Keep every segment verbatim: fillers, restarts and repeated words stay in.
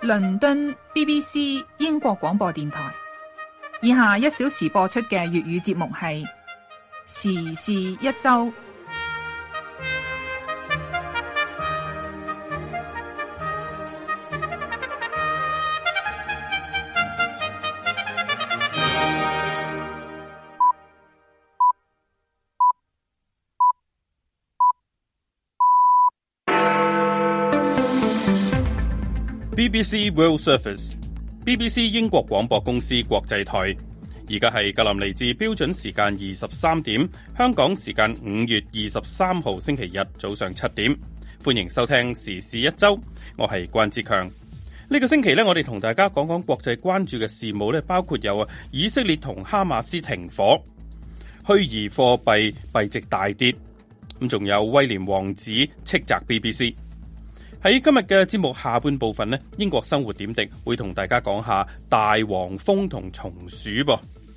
倫敦 B B C 英國廣播電台。以下一小時播出嘅粵語節目係時事一周。 B B C World Service，B B C 英國廣播公司國際台。而家係格林尼治標準時間二十三點，香港時間五月二十三號星期日早上七點。歡迎收聽時事一周，我係關志強。呢個星期呢，我哋同大家講講國際關注嘅事務呢，包括有啊，以色列同哈馬斯停火，虛擬貨幣幣值大跌，咁仲有威廉王子斥責 B B C。喺今日嘅節目下半部分呢，英國生活點滴會同大家講下大黃蜂同松鼠噃。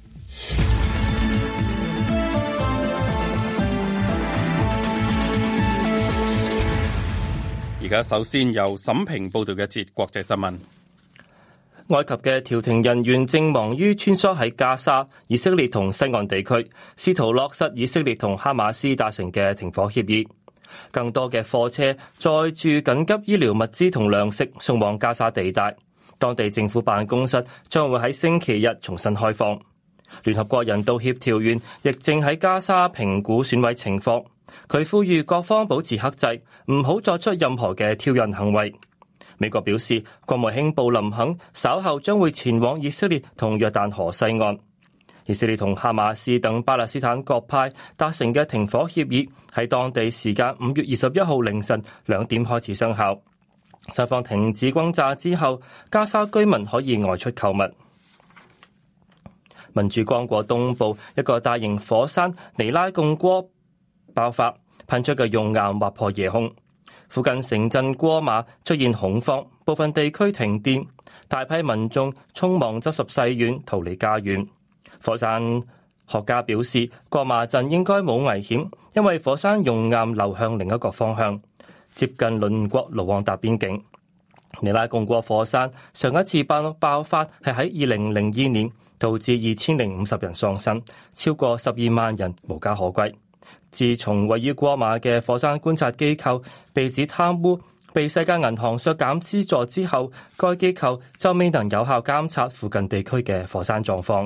而家首先由沈平報道嘅一節國際新聞。 埃及嘅調停人員正忙於穿梭喺加沙、以色列同西岸地區，試圖落實以色列同哈馬斯達成嘅停火協議。更多嘅貨車載住緊急醫療物資同糧食送往加沙地帶，當地政府辦公室將會喺星期日重新開放。聯合國人道協調員亦正喺加沙評估損毀情況，佢呼籲各方保持克制，唔好作出任何嘅挑釁行為。美國表示，國務卿布林肯稍後將會前往以色列同約旦河西岸。以色列同哈馬斯等巴勒斯坦各派達成嘅停火協議喺當地時間五月二十一號凌晨兩點開始生效。雙方停止轟炸之後，加沙居民可以外出購物。民主剛果東部一個大型火山尼拉貢戈爆發，噴出嘅熔岩劃破夜空，附近城鎮戈馬出現恐慌，部分地區停電，大批民眾匆忙執拾細軟逃離家園。火山學家表示，戈馬鎮應該冇危險，因為火山熔岩流向另一個方向，接近鄰國盧旺達邊境。尼拉貢戈火山上一次爆爆發係喺二零零二年，導致二千零五十人喪生，超過十二萬人無家可歸。自從位於戈馬嘅火山觀察機構被指貪污，被世界銀行削減資助之後，該機構就未能有效監察附近地區嘅火山狀況。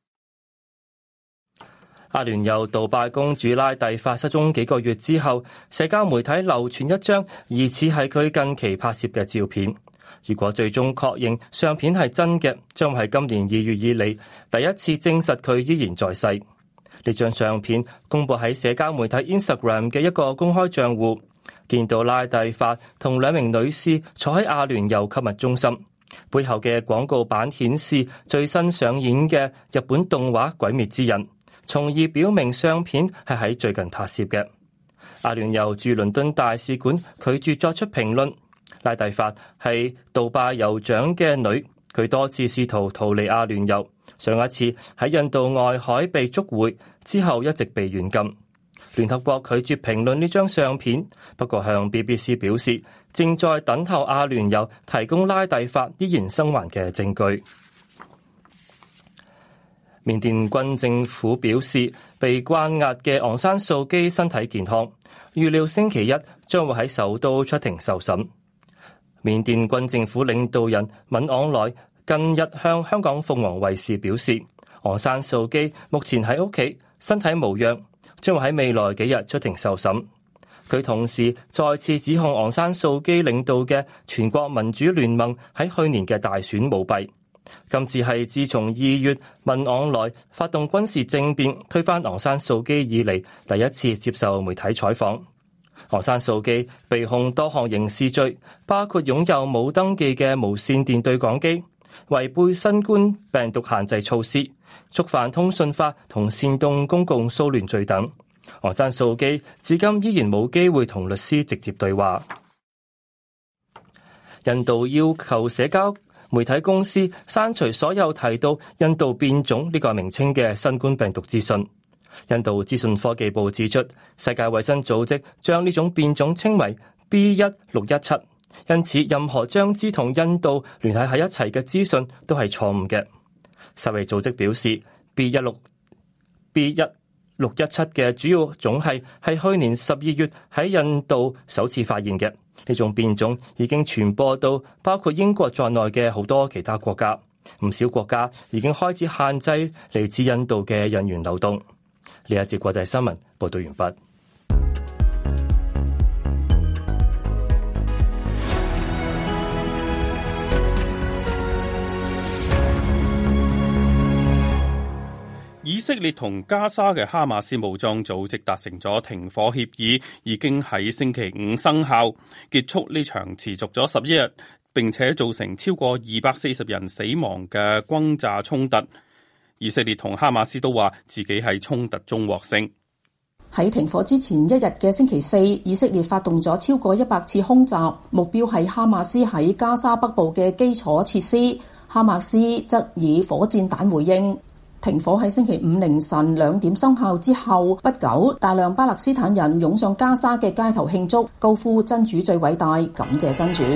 阿聯酋杜拜公主拉蒂法失蹤幾個月之後，社交媒體流傳一張疑似係佢近期拍攝嘅照片。如果最終確認相片係真嘅，將會係今年二月以嚟第一次證實佢依然在世。呢張相片公布喺社交媒體 Instagram 嘅一個公開賬戶，見到拉蒂法同兩名女士坐喺阿聯酋購物中心，背後嘅廣告版顯示最新上演嘅日本動畫《鬼滅之刃》，從而表明相片係喺最近拍攝嘅。阿聯酋駐倫敦大使館拒絕作出評論。拉蒂法係杜拜酋長嘅女，佢多次試圖逃離阿聯酋，上一次喺印度外海被捉回，之後一直被軟禁。聯合國拒絕評論呢張相片，不過向 B B C 表示正在等候阿聯酋提供拉蒂法依然生還嘅證據。緬甸軍政府表示，被關押嘅昂山素基身體健康，預料星期一將會喺首都出庭受審。緬甸軍政府領導人敏昂萊近日向香港鳳凰衛視表示，昂山素基目前喺屋企，身體無恙，將會喺未來幾日出庭受審。佢同時再次指控昂山素基領導嘅全國民主聯盟喺去年嘅大選舞弊。今次係自從二月敏昂萊發動軍事政變推翻昂山素基以嚟第一次接受媒體採訪。昂山素基被控多項刑事罪，包括擁有冇登記嘅無線電對講機、違背新冠病毒限制措施、觸犯通訊法同煽動公共騷亂罪等。昂山素基至今依然冇機會同律師直接對話。印度要求社交媒體公司刪除所有提到印度變種呢個名稱嘅新冠病毒資訊。印度資訊科技部指出，世界衛生組織將呢種變種稱為 B 一六一七， 因此任何將之同印度聯繫喺一齊嘅資訊都係錯誤嘅。世衛組織表示 B 一六 B 一六一七嘅主要種系係去年十二月喺印度首次發現嘅，呢種變種已經傳播到包括英國在內嘅好多其他國家，唔少國家已經開始限制嚟自印度嘅人員流動。呢一節國際新聞報道完畢。 以色列同加沙嘅哈馬斯武裝組織達成咗停火協議，已經喺星期五生效，結束呢場持續咗十一日，並且造成超過二百四十人死亡嘅轟炸衝突。以色列同哈馬斯都話自己喺衝突中獲勝。 喺停火之前一日嘅星期四，以色列發動咗超過一百次空襲，目標係哈馬斯喺加沙北部嘅基礎設施。哈馬斯則以火箭彈回應。停火喺星期五凌晨兩點生效之後不久，大量巴勒斯坦人湧上加沙嘅街頭慶祝，高呼真主最偉大，感謝真主。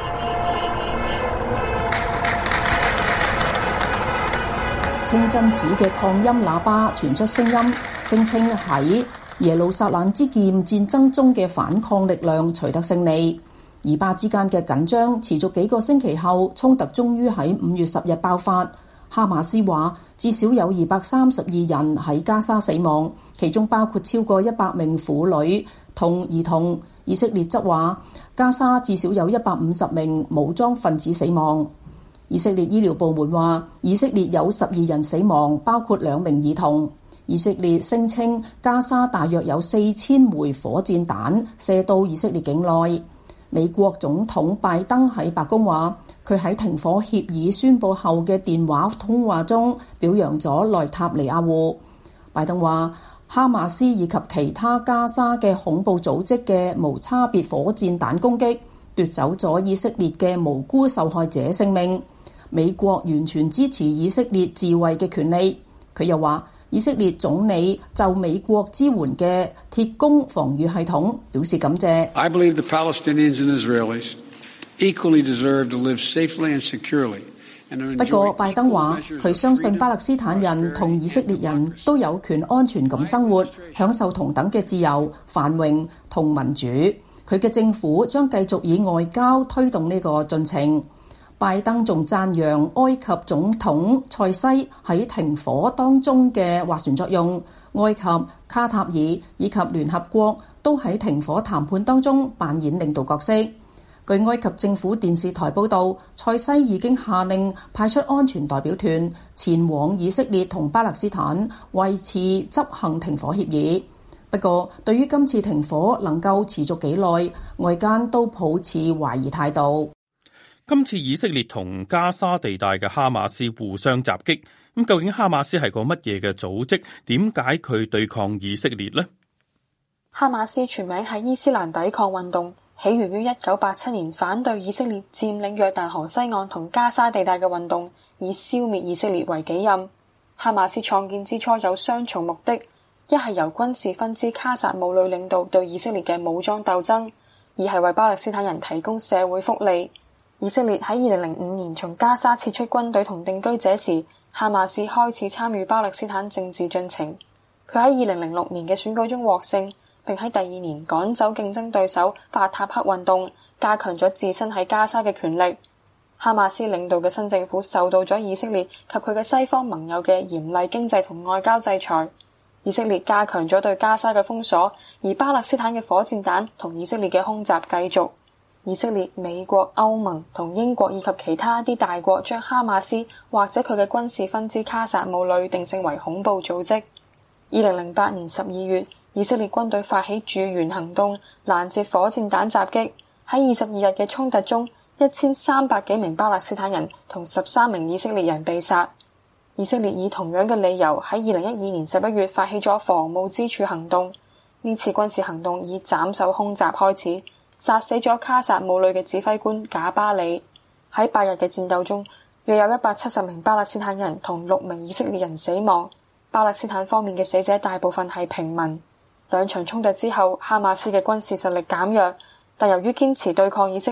清真寺嘅擴音喇叭傳出聲音，聲稱喺耶路撒冷之劍戰爭中嘅反抗力量取得勝利。以巴之間嘅緊張持續幾個星期後，衝突終於喺五月十日爆發。哈馬斯話至少有二百三十二人喺加沙死亡，其中包括超過一百名婦女同兒童。以色列則話加沙至少有一百五十名武裝分子死亡。以色列醫療部門話以色列有十二人死亡，包括兩名兒童。以色列聲稱加沙大約有四千枚火箭彈射到以色列境內。美國總統拜登喺白宮話，佢喺停火協議宣佈後嘅電話通話中表揚咗內塔尼亞胡。拜登話，哈馬斯以及其他加沙嘅恐怖組織嘅無差別火箭彈攻擊奪走咗以色列嘅無辜受害者性命。美國完全支持以色列自衛嘅權利。佢又話，以色列總理就美國支援嘅鐵穹防禦系統表示感謝。 I believe the Palestinians and Israelis equally deserve to live safely and securely. 不過，拜登話佢相信巴勒斯坦人同以色列人都有權安全咁生活，享受同等嘅自由、繁榮同民主。佢嘅政府將繼續以外交推動呢個進程。拜登仲讚揚埃及總統塞西喺停火當中嘅斡旋作用，埃及、卡塔爾以及聯合國都喺停火談判當中扮演領導角色。據埃及政府電視台報導，塞西已經下令派出安全代表團前往以色列同巴勒斯坦維持執行停火協議。不過，對於今次停火能夠持續幾耐，外間都抱持懷疑態度。 今次以色列同加沙地帶嘅哈馬斯互相襲擊，咁究竟哈馬斯係個乜嘢嘅組織？點解佢對抗以色列呢？ 哈馬斯全名係伊斯蘭抵抗運動，起源於一九八七年反對以色列佔領約旦河西岸同加沙地帶嘅運動，以消滅以色列為己任。哈馬斯創建之初有雙重目的，一係由軍事分支卡薩姆旅領導對以色列嘅武裝鬥爭，二係為巴勒斯坦人提供社會福利。以色列喺二零零五年從加沙撤出軍隊同定居者時，哈馬斯開始參與巴勒斯坦政治進程。佢喺二零零六年嘅選舉中獲勝，並喺第二年趕走競爭對手法塔赫運動，加強咗自身喺加沙嘅權力。哈馬斯領導嘅新政府受到咗以色列及佢嘅西方盟友嘅嚴厲經濟同外交制裁。以色列加強咗對加沙嘅封鎖，而巴勒斯坦嘅火箭彈同以色列嘅空襲繼續。以色列、美國、歐盟同英國以及其他一啲大國將哈馬斯或者佢嘅軍事分支卡薩姆旅定性為恐怖組織。二零零八年十二月，以色列軍隊發起駐援行動，攔截火箭彈襲擊。喺二十二日嘅衝突中，一千三百幾名巴勒斯坦人同十三名以色列人被殺。以色列以同樣嘅理由喺二零一二年十一月發起咗防務支柱行動。呢次軍事行動以斬首空襲開始，殺死咗卡薩姆旅嘅指揮官賈巴里。喺八日嘅戰鬥中，約有一百七十名巴勒斯坦人同六名以色列人死亡。巴勒斯坦方面嘅死者大部分係平民。兩場衝突之後，哈馬斯嘅軍事實力減弱，但由於堅持對抗以色列，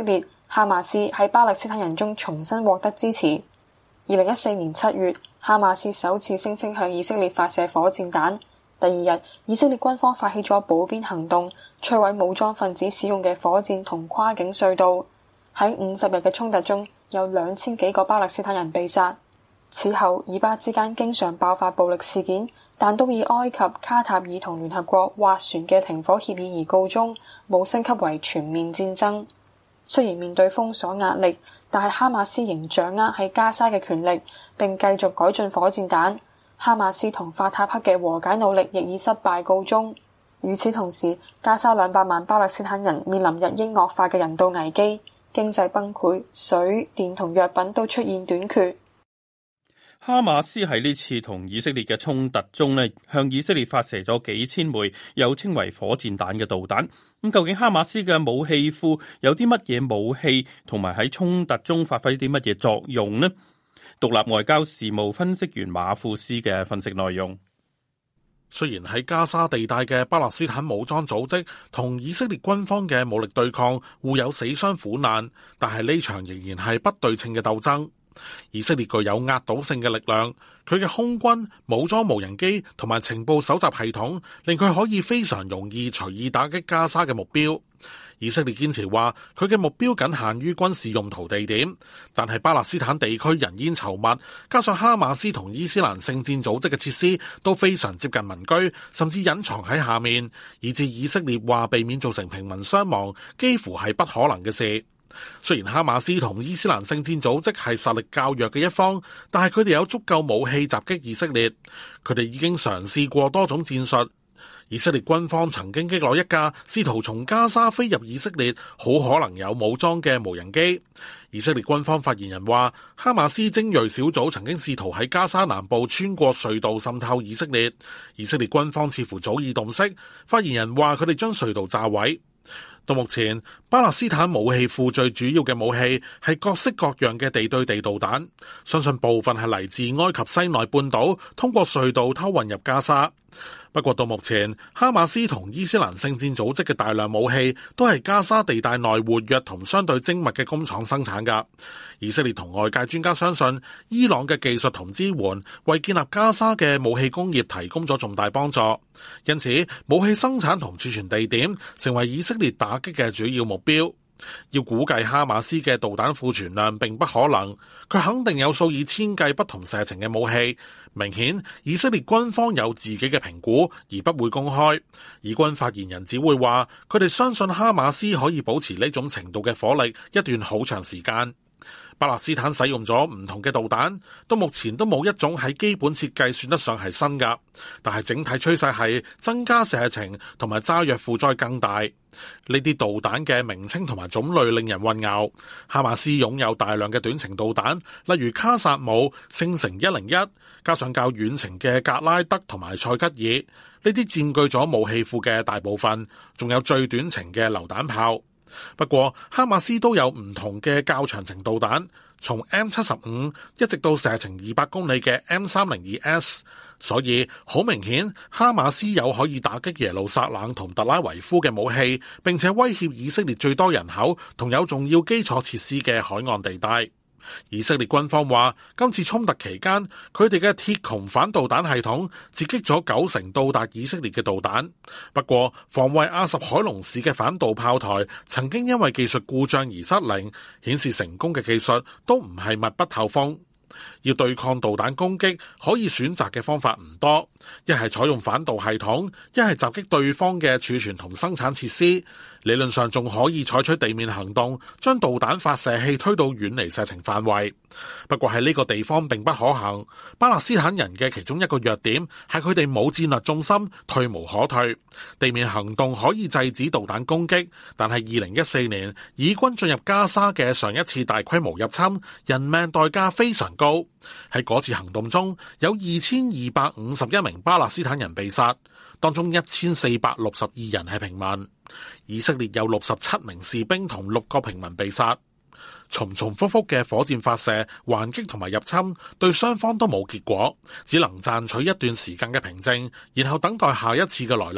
哈馬斯喺巴勒斯坦人中重新獲得支持。二零一四年七月，哈馬斯首次聲稱向以色列發射火箭彈。第二日，以色列軍方發起咗保邊行動，摧毀武裝分子使用嘅火箭同跨境隧道。喺五十日嘅衝突中，有兩千幾個巴勒斯坦人被殺。此後，以巴之間經常爆發暴力事件，但都以埃及、卡塔爾同聯合國斡旋嘅停火協議而告終，冇升級為全面戰爭。雖然面對封鎖壓力，但係哈馬斯仍掌握喺加沙嘅權力，並繼續改進火箭彈。哈馬斯同法塔赫嘅和解努力亦以失敗告終。與此同時，加沙兩百萬巴勒斯坦人面臨日益惡化嘅人道危機，經濟崩潰，水電同藥品都出現短缺。 哈馬斯喺呢次同以色列嘅衝突中呢，向以色列發射咗幾千枚又稱為火箭彈嘅導彈。咁究竟哈馬斯嘅武器庫有啲乜嘢武器，同埋喺衝突中發揮啲乜嘢作用呢？獨立外交事務分析員馬庫斯嘅分析內容。 雖然喺加沙地帶嘅巴勒斯坦武裝組織同以色列軍方嘅武力對抗互有死傷苦難，但係呢場仍然係不對稱嘅鬥爭。以色列具有壓倒性嘅力量，佢嘅空軍、武裝無人機同埋情報搜集系統令佢可以非常容易隨意打擊加沙嘅目標。以色列堅持話佢嘅目標僅限於軍事用途地點，但係巴勒斯坦地區人煙稠密，加上哈馬斯同伊斯蘭聖戰組織嘅設施都非常接近民居，甚至隱藏喺下面，以致以色列話避免造成平民傷亡幾乎係不可能嘅事。雖然哈馬斯同伊斯蘭聖戰組織係實力較弱嘅一方，但係佢哋有足夠武器襲擊以色列。佢哋已經嘗試過多種戰術。以色列軍方曾經擊落一架試圖從加沙飛入以色列，好可能有武裝嘅無人機。以色列軍方發言人話，哈馬斯精銳小組曾經試圖喺加沙南部穿過隧道滲透以色列。以色列軍方似乎早已洞悉。發言人話佢哋將隧道炸毀。到目前，巴勒斯坦武器庫最主要嘅武器係各式各樣嘅地對地導彈，相信部分係嚟自埃及西奈半島，通過隧道偷運入加沙。不過到目前，哈馬斯同伊斯蘭聖戰組織嘅大量武器都係加沙地帶內活躍同相對精密嘅工廠生產㗎。以色列同外界專家相信，伊朗嘅技術同支援為建立加沙嘅武器工業提供咗重大幫助。因此，武器生產同儲存地點成為以色列打擊嘅主要目標。要估計哈馬斯嘅導彈庫存量並不可能，佢肯定有數以千計不同射程嘅武器。明顯以色列軍方有自己嘅評估，而不會公開。以軍發言人只會話，佢哋相信哈馬斯可以保持呢種程度嘅火力一段好長時間。巴勒斯坦使用咗唔同嘅導彈，到目前都冇一種喺基本設計算得上係新㗎，但係整體趨勢係增加射程同埋炸藥負載更大。呢啲導彈嘅名稱同埋種類令人混淆。哈馬斯擁有大量嘅短程導彈，例如卡薩姆、聖城一零一，加上較遠程嘅格拉德同埋塞吉爾，呢啲佔據咗武器庫嘅大部分，仲有最短程嘅榴彈炮。不過，哈馬斯都有唔同嘅較長程導彈，從 M 七十五一直到射程二百公里嘅 M 三零二 S， 所以好明顯，哈馬斯有可以打擊耶路撒冷同特拉維夫嘅武器，並且威脅以色列最多人口同有重要基礎設施嘅海岸地帶。以色列軍方話，今次衝突期間，佢哋嘅鐵穹反導彈系統截擊咗九成到達以色列嘅導彈。不過，防衛阿什海龍市嘅反導炮台曾經因為技術故障而失靈，顯示成功嘅技術都唔係密不透風。要對抗導彈攻擊，可以選擇嘅方法唔多，一係採用反導系統，一係襲擊對方嘅儲存同生產設施。理論上仲可以採取地面行動，將導彈發射器推到遠離射程範圍。不過喺呢個地方並不可行。巴勒斯坦人嘅其中一個弱點係佢哋冇戰略重心，退無可退。地面行動可以制止導彈攻擊，但係二零一四年以軍進入加沙嘅上一次大規模入侵，人命代價非常高。喺嗰次行動中，有二千二百五十一名巴勒斯坦人被殺，當中一千四百六十二人係平民。以色列有六十七名士兵同六個平民被殺。重重複複嘅火箭發射、還擊同埋入侵，對雙方都冇結果，只能賺取一段時間嘅平靜，然後等待下一次嘅來臨。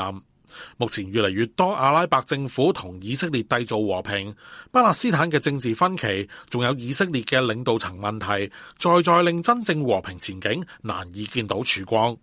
目前越嚟越多阿拉伯政府同以色列締造和平，巴勒斯坦嘅政治分歧，仲有以色列嘅領導層問題，再再令真正和平前景難以見到曙光。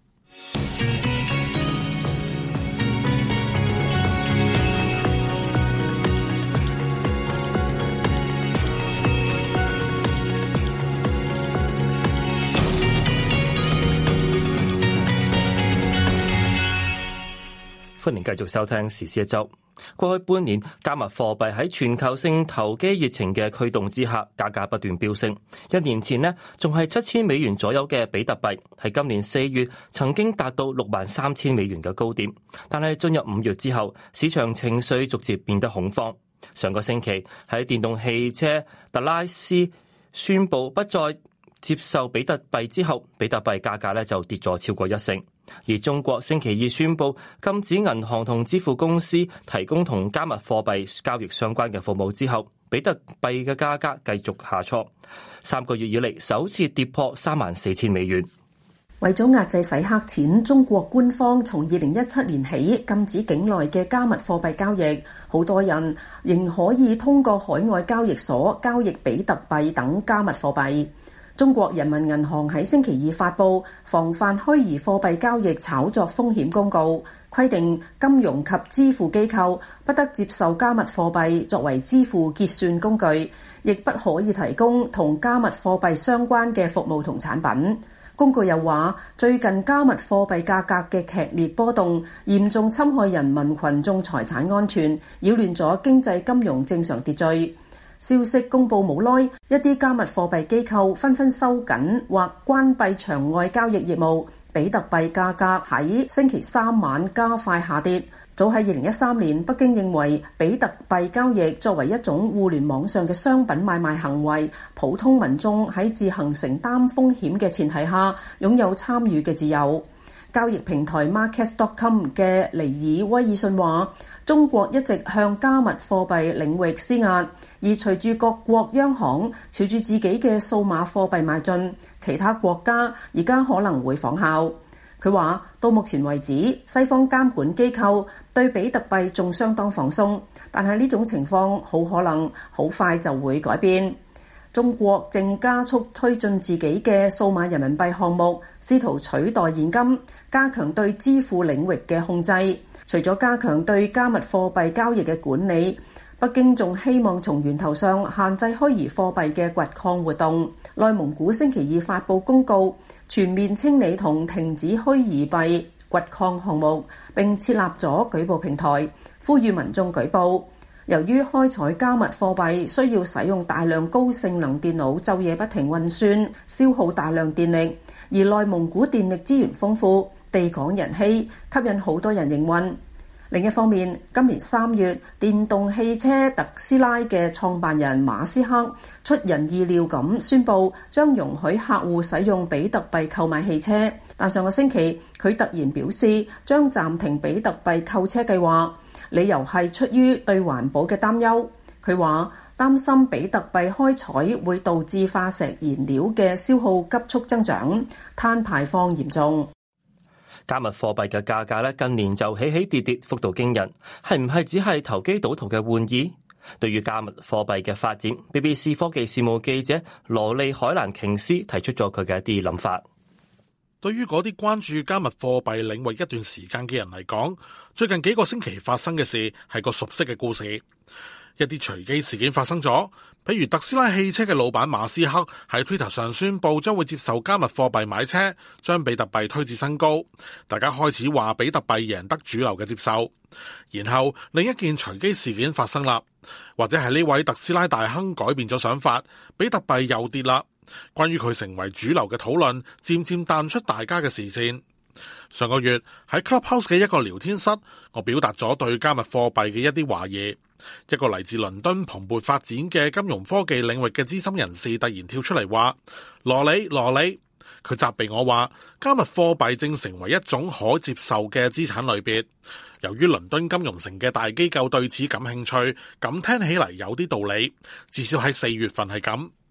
歡迎繼續收聽時事一周。過去半年，加密貨幣喺全球性投機熱情嘅驅動之下，價格不斷飆升。一年前呢，仲係七千美元左右嘅比特幣，喺今年四月曾經達到六萬三千美元嘅高點。但係進入五月之後，市場情緒逐漸變得恐慌。上個星期喺電動汽車特拉斯宣布不再接受比特幣之後，比特幣價格咧就跌咗超過一成。而中國星期二宣布禁止銀行同支付公司提供同加密貨幣交易相關嘅服務之後，比特幣嘅價格繼續下挫，三個月以嚟首次跌破三萬四千美元。 為咗壓制洗黑錢，中國官方從二零一七年起禁止境內嘅加密貨幣交易，好多人仍可以通過海外交易所交易比特幣等加密貨幣。中國人民銀行喺星期二發布防範虛擬貨幣交易炒作風險公告，規定金融及支付機構不得接受加密貨幣作為支付結算工具，亦不可以提供同加密貨幣相關嘅服務同產品。公告又話，最近加密貨幣價格嘅劇烈波動，嚴重侵害人民群眾財產安全，擾亂咗經濟金融正常秩序。消息公佈無耐，一啲加密貨幣機構紛紛收緊或關閉場外交易業務，比特幣價格喺星期三晚加快下跌。早喺二零一三年，北京認為比特幣交易作為一種互聯網上嘅商品買賣行為，普通民眾喺自行承擔風險嘅前提下，擁有參與嘅自由。交易平台 Markets dot com 嘅尼爾威爾遜話，中國一直向加密貨幣領域施壓，而隨住各國央行朝住自己嘅數碼貨幣邁進，其他國家而家可能會仿效。佢話，到目前為止，西方監管機構對比特幣仲相當放鬆，但係呢種情況好可能好快就會改變。中國正加速推進自己嘅數碼人民幣項目，試圖取代現金，加強對支付領域嘅控制。除咗加強對加密貨幣交易嘅管理，北京仲希望從源頭上限制虛擬貨幣嘅掘礦活動。內蒙古星期二發布公告，全面清理同停止虛擬幣掘礦項目，並設立咗舉報平台，呼籲民眾舉報。由於開採加密貨幣需要使用大量高性能電腦，晝夜不停運算，消耗大量電力，而內蒙古電力資源豐富，地廣人稀，吸引好多人營運。另一方面，今年三月，電動汽車特斯拉嘅創辦人馬斯克出人意料咁宣布，將容許客戶使用比特幣購買汽車。但上個星期，佢突然表示將暫停比特幣購車計劃，理由係出於對環保嘅擔憂。佢話擔心比特幣開採會導致化石燃料嘅消耗急速增長，碳排放嚴重。 加密貨幣嘅價格咧，近年就起起跌跌，幅度驚人，係唔係只係投機賭徒嘅玩意？對於加密貨幣嘅發展 ，B B C 科技事務記者羅利海蘭瓊斯提出咗佢嘅一啲諗法。 對於嗰啲關注加密貨幣領域一段時間嘅人嚟講，最近幾個星期發生嘅事係個熟悉嘅故事。一啲隨機事件發生咗，譬如特斯拉汽車嘅老闆馬斯克喺 Twitter 上宣布將會接受加密貨幣買車，將比特幣推至新高。大家開始話比特幣贏得主流嘅接受。然後另一件隨機事件發生啦，或者係呢位特斯拉大亨改變咗想法，比特幣又跌啦。關於佢成為主流嘅討論，漸漸淡出大家嘅視線。上個月喺 Clubhouse 嘅一個聊天室，我表達咗對加密貨幣嘅一啲懷疑。一個嚟自倫敦蓬勃發展嘅金融科技領域嘅資深人士突然跳出嚟話：羅里羅里，佢責備我話加密貨幣正成為一種可接受嘅資產類別。由於倫敦金融城嘅大機構對此感興趣，咁聽起嚟有啲道理，至少喺四月份係咁。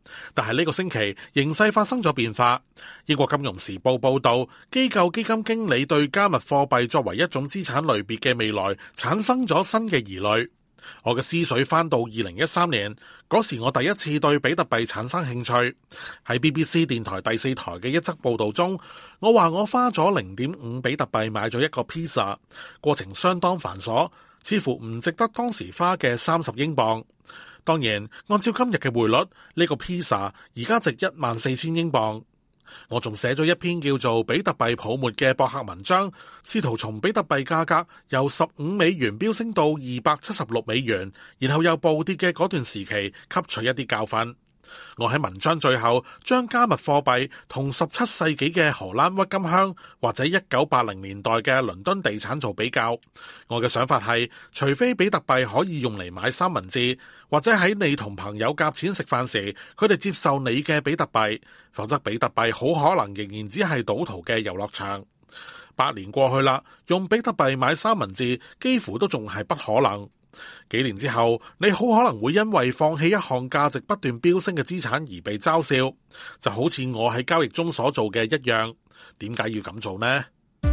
但係呢個星期形勢發生咗變化。英國金融時報報道，機構基金經理對加密貨幣作為一種資產類別嘅未來產生咗新嘅疑慮。我嘅思緒翻到二零一三年，嗰時我第一次對比特幣產生興趣。喺 B B C 電台第四台嘅一則報道中，我話我花咗零點五比特幣買咗一個披薩，過程相當繁瑣，似乎唔值得當時花嘅三十英鎊。當然，按照今日嘅匯率，呢個披薩而家值一萬四千英鎊。我仲寫咗一篇叫做《比特幣泡沫》嘅博客文章，試圖從比特幣價格由十五美元飆升到二百七十六美元，然後又暴跌嘅嗰段時期吸取一啲教訓。我喺文章最後將加密貨幣同十七世紀嘅荷蘭鬱金香或者一九八零年代嘅倫敦地產做比較。我嘅想法係，除非比特幣可以用嚟買三文治，或者喺你同朋友夾錢食飯時，佢哋接受你嘅比特幣，否則比特幣好可能仍然只係賭徒嘅遊樂場。八年過去啦，用比特幣買三文治幾乎都仲係不可能。幾年之後，你好可能會因為放棄一項價值不斷飆升嘅資產而被嘲笑，就好似我喺交易中所做嘅一樣。點解要咁做呢？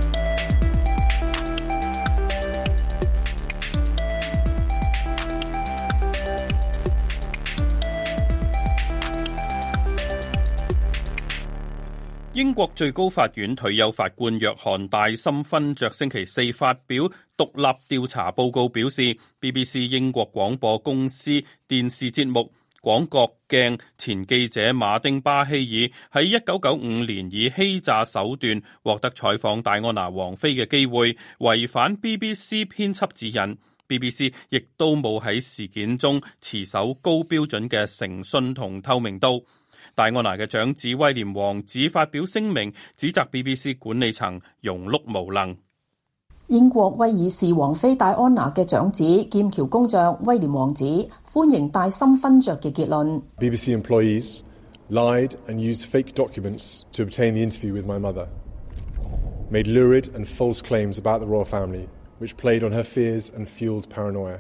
英國最高法院退休法官約翰戴森勳爵星期四發表獨立調查報告，表示 B B C 英國廣播公司電視節目廣角鏡前記者馬丁巴希爾喺一九九五年以欺詐手段獲得採訪戴安娜王妃嘅機會，違反 B B C 編輯指引。B B C 亦都冇喺事件中持守高標準嘅誠信同透明度。戴安娜嘅長子威廉王子發表聲明，指責 B B C 管理層庸碌無能。 英國威爾士王妃戴安娜嘅長子劍橋公爵威廉王子歡迎戴森勳爵嘅結論。 B B C employees lied and used fake documents to obtain the interview with my mother, made lurid and false claims about the royal family, which played on her fears and fueled paranoia.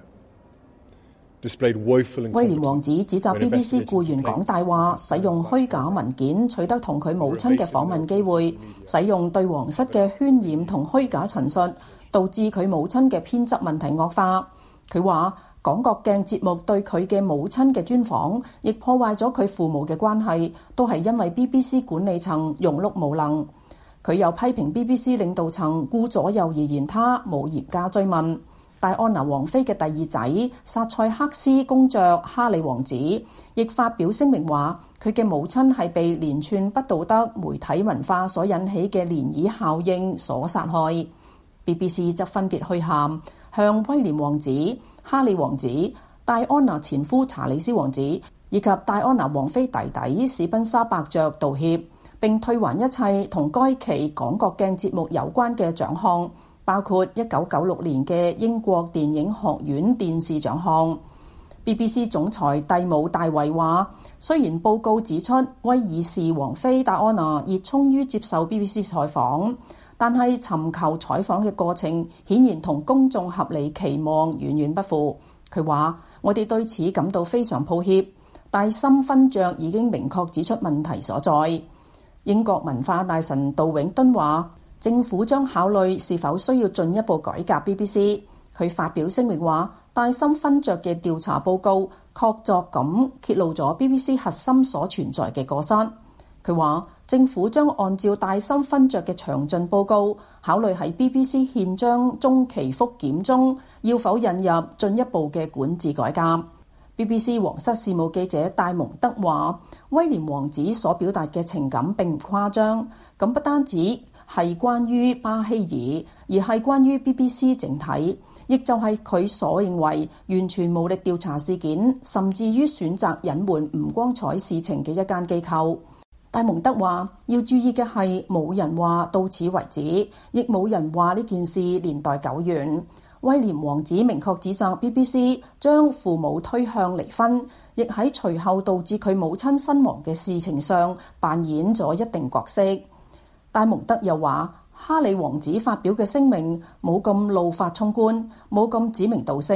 威廉王子指責 B B C 僱員講大話，使用虛假文件取得同佢母親嘅訪問機會，使用對皇室嘅渲染同虛假陳述，導致佢母親嘅編輯問題惡化。佢話廣角鏡節目對佢嘅母親嘅專訪，亦破壞咗佢父母嘅關係，都係因為 B B C 管理層庸碌無能。佢又批評 B B C 領導層顧左右而言他，冇嚴加追問。戴安娜王妃嘅第二仔薩塞克斯公爵哈里王子亦發表聲明話，佢嘅母親係被連串不道德媒體文化所引起嘅漣漪效應所殺害。B B C 則分別去函向威廉王子、哈里王子、戴安娜前夫查理斯王子以及戴安娜王妃弟弟史賓沙伯爵道歉，並退還一切同該期廣角鏡節目有關嘅獎項，包括一九九六年嘅英國電影學院電視獎項。B B C 總裁蒂姆大維話，雖然報告指出威爾士王妃戴安娜熱衷於接受 B B C 採訪，但係尋求採訪嘅過程顯然同公眾合理期望遠遠不符。佢話：我哋對此感到非常抱歉。戴森勳爵已經明確指出問題所在。英國文化大臣杜永敦話，政府將考慮是否需要進一步改革 B B C。佢發表聲明話，戴森勳爵嘅調查報告確鑿咁揭露咗 B B C 核心所存在嘅過失。佢話，政府將按照戴森勳爵嘅詳盡報告，考慮喺 B B C 憲章中期復檢中要否引入進一步嘅管治改革。B B C 皇室事務記者戴蒙德話，威廉王子所表達嘅情感並唔誇張，咁不單止係關於巴希爾，而係關於 B B C 整體，亦就係佢所認為完全無力調查事件，甚至於選擇隱瞞唔光彩事情嘅一間機構。戴蒙德話，要注意嘅係冇人話到此為止，亦冇人話呢件事年代久遠。威廉王子明確指責 B B C 將父母推向離婚，亦喺隨後導致佢母親身亡嘅事情上扮演咗一定角色。戴蒙德又話，哈里王子發表嘅聲明冇咁怒髮衝冠，冇咁指名道姓，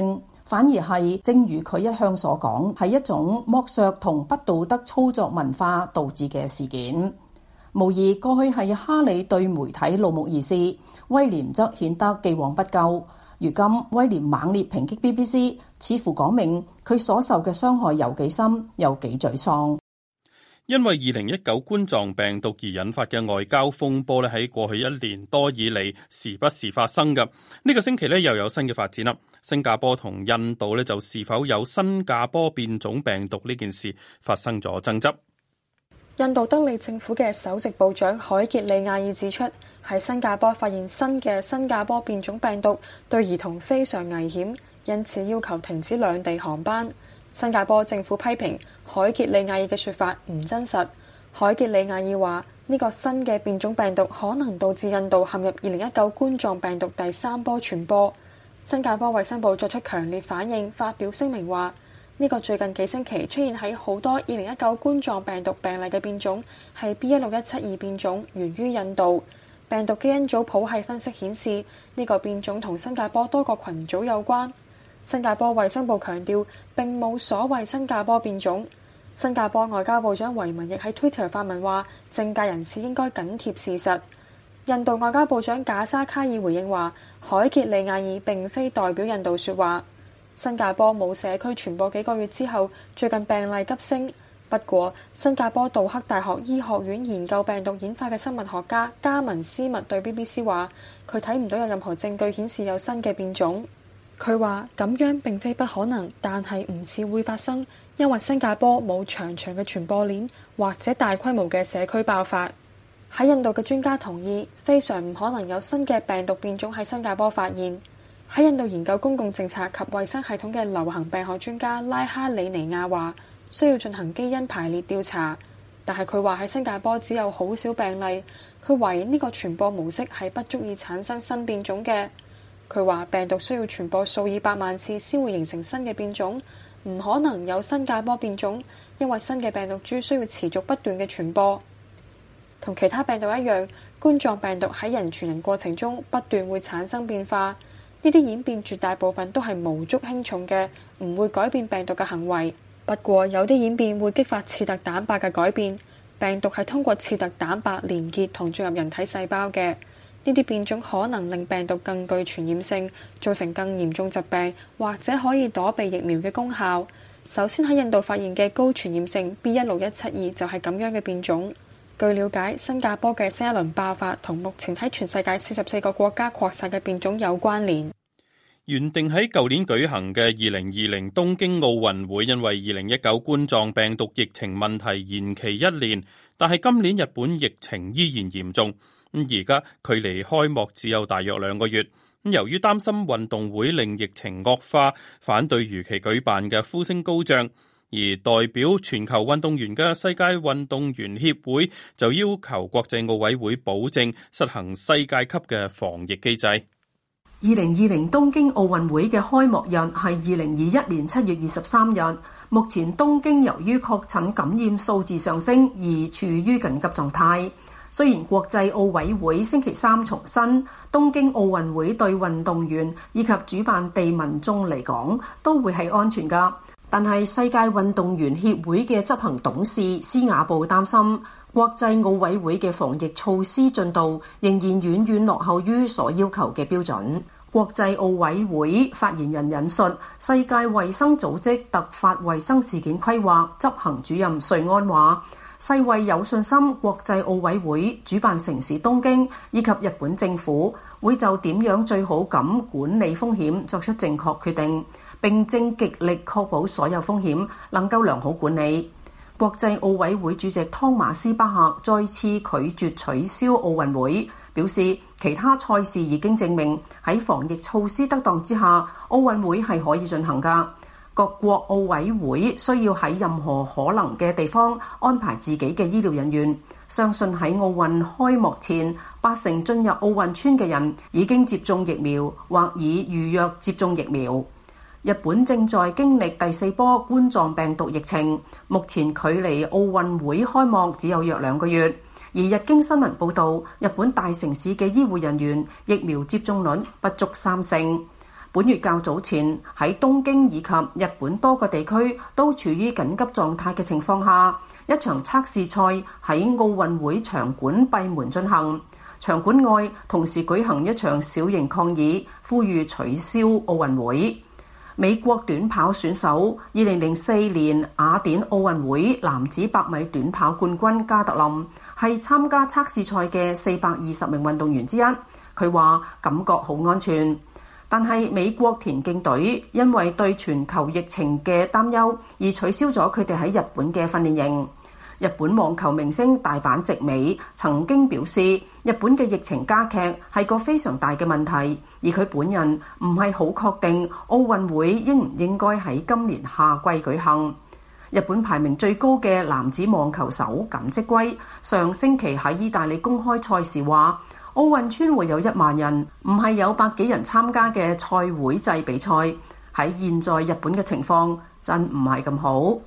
反而係正如佢一向所講，係一種剝削同不道德操作文化導致嘅事件。無疑過去係哈里對媒體怒目而視，威廉則顯得既往不咎。如今威廉猛烈抨擊 B B C， 似乎講明佢所受嘅傷害有幾深，有幾沮喪。 因為二零一九冠狀病毒而引發嘅外交風波咧，喺過去一年多以嚟時不時發生嘅。呢個星期咧又有新嘅發展啦。新加坡同印度咧就是否有新加坡變種病毒呢件事發生咗爭執。 印度德里政府嘅首席部長海傑利亞爾指出，喺新加坡發現新嘅新加坡變種病毒對兒童非常危險，因此要求停止兩地航班。新加坡政府批評海傑利亞爾嘅說法唔真實。海傑利亞爾話呢個新嘅變種病毒可能導致印度陷入二零一九冠狀病毒第三波傳播。新加坡衛生部作出強烈反應，發表聲明話呢個最近幾星期出現喺好多二零一九冠狀病毒病例嘅變種係 B 一六一七二變種，源於印度。病毒基因組譜系分析顯示呢個變種同新加坡多個群組有關。新加坡衛生部強調並冇所謂新加坡變種。新加坡外交部長維文亦喺 Twitter 發文話，政界人士應該緊貼事實。印度外交部長賈沙卡爾回應話，海傑利亞爾並非代表印度說話。新加坡冇社區傳播幾個月之後，最近病例急升。不過，新加坡杜克大學醫學院研究病毒演化嘅生物學家加文斯密對 B B C 話，佢睇唔到有任何證據顯示有新嘅變種。佢話咁樣並非不可能，但係唔似會發生，因為新加坡冇長長嘅傳播鏈或者大規模嘅社區爆發。喺印度嘅專家同意，非常唔可能有新嘅病毒變種喺新加坡發現。喺印度研究公共政策及衛生系統嘅流行病學專家拉哈里尼亞話，需要進行基因排列調查，但係佢話喺新加坡只有好少病例，佢懷疑呢個傳播模式係不足以產生新變種嘅。佢話病毒需要傳播數以百萬次先會形成新嘅變種，唔可能有新加坡變種，因為新嘅病毒株需要持續不斷嘅傳播。同其他病毒一樣，冠狀病毒喺人傳人過程中不斷會產生變化，呢啲演變絕大部分都係無足輕重嘅，唔會改變病毒嘅行為。不過有啲演變會激發刺突蛋白嘅改變，病毒係通過刺突蛋白連結同進入人體細胞嘅。呢啲變種可能令病毒更具傳染性，造成更嚴重疾病，或者可以躲避疫苗嘅功效。首先喺印度發現嘅高傳染性 B 一六一七二就係咁樣嘅變種。據了解，新加坡嘅新一輪爆發同目前喺全世界四十四個國家擴散嘅變種有關聯。 原定喺舊年舉行嘅二零二零東京奧運會，因為二零一九冠狀病毒疫情問題延期一年，但係今年日本疫情依然嚴重。咁而家距離開幕只有大約兩個月。咁由於擔心運動會令疫情惡化，反對如期舉辦嘅呼聲高漲。而代表全球運動員嘅世界運動員協會就要求國際奧委會保證實行世界級嘅防疫機制。 二零二零東京奧運會嘅開幕日係二零二一年七月二十三日。目前東京由於確診感染數字上升而處於緊急狀態。雖然國際奧委會星期三重申，東京奧運會對運動員以及主辦地民眾嚟講都會係安全㗎，但係世界運動員協會嘅執行董事施瓦布擔心，國際奧委會嘅防疫措施進度仍然遠遠落後於所要求嘅標準。國際奧委會發言人引述世界衛生組織突發衛生事件規劃執行主任瑞安話，世衛有信心國際奧委會主辦城市東京以及日本政府會就點樣最好咁管理風險作出正確決定，並正極力確保所有風險能夠良好管理。國際奧委會主席湯馬斯巴赫再次拒絕取消奧運會，表示其他賽事已經證明喺防疫措施得當之下，奧運會係可以進行㗎。各國奧委會需要喺任何可能嘅地方安排自己嘅醫療人員。相信喺奧運開幕前，八成進入奧運村嘅人已經接種疫苗或已預約接種疫苗。日本正在經歷第四波冠狀病毒疫情，目前距離奧運會開幕只有約兩個月。而日經新聞報導，日本大城市嘅醫護人員疫苗接種率不足三成。 本月較早前喺東京以及日本多個地區都處於緊急狀態嘅情況下，一場測試賽喺奧運會場館閉門進行。場館外同時舉行一場小型抗議，呼籲取消奧運會。美國短跑選手二零零四年雅典奧運會男子百米短跑冠軍加特林係參加測試賽嘅四百二十名運動員之一。佢話感覺好安全，但係美國田徑隊因為對全球疫情嘅擔憂而取消咗佢哋喺日本嘅訓練營。日本網球明星大阪直美曾經表示，日本嘅疫情加劇係個非常大嘅問題，而佢本人唔係好確定奧運會應唔應該喺今年夏季舉行。日本排名最高嘅男子網球手錦織圭上星期喺意大利公開賽時話，奧運村會有一萬人，唔係有百幾人參加嘅賽會制比賽。喺現在日本嘅情況真唔係咁好。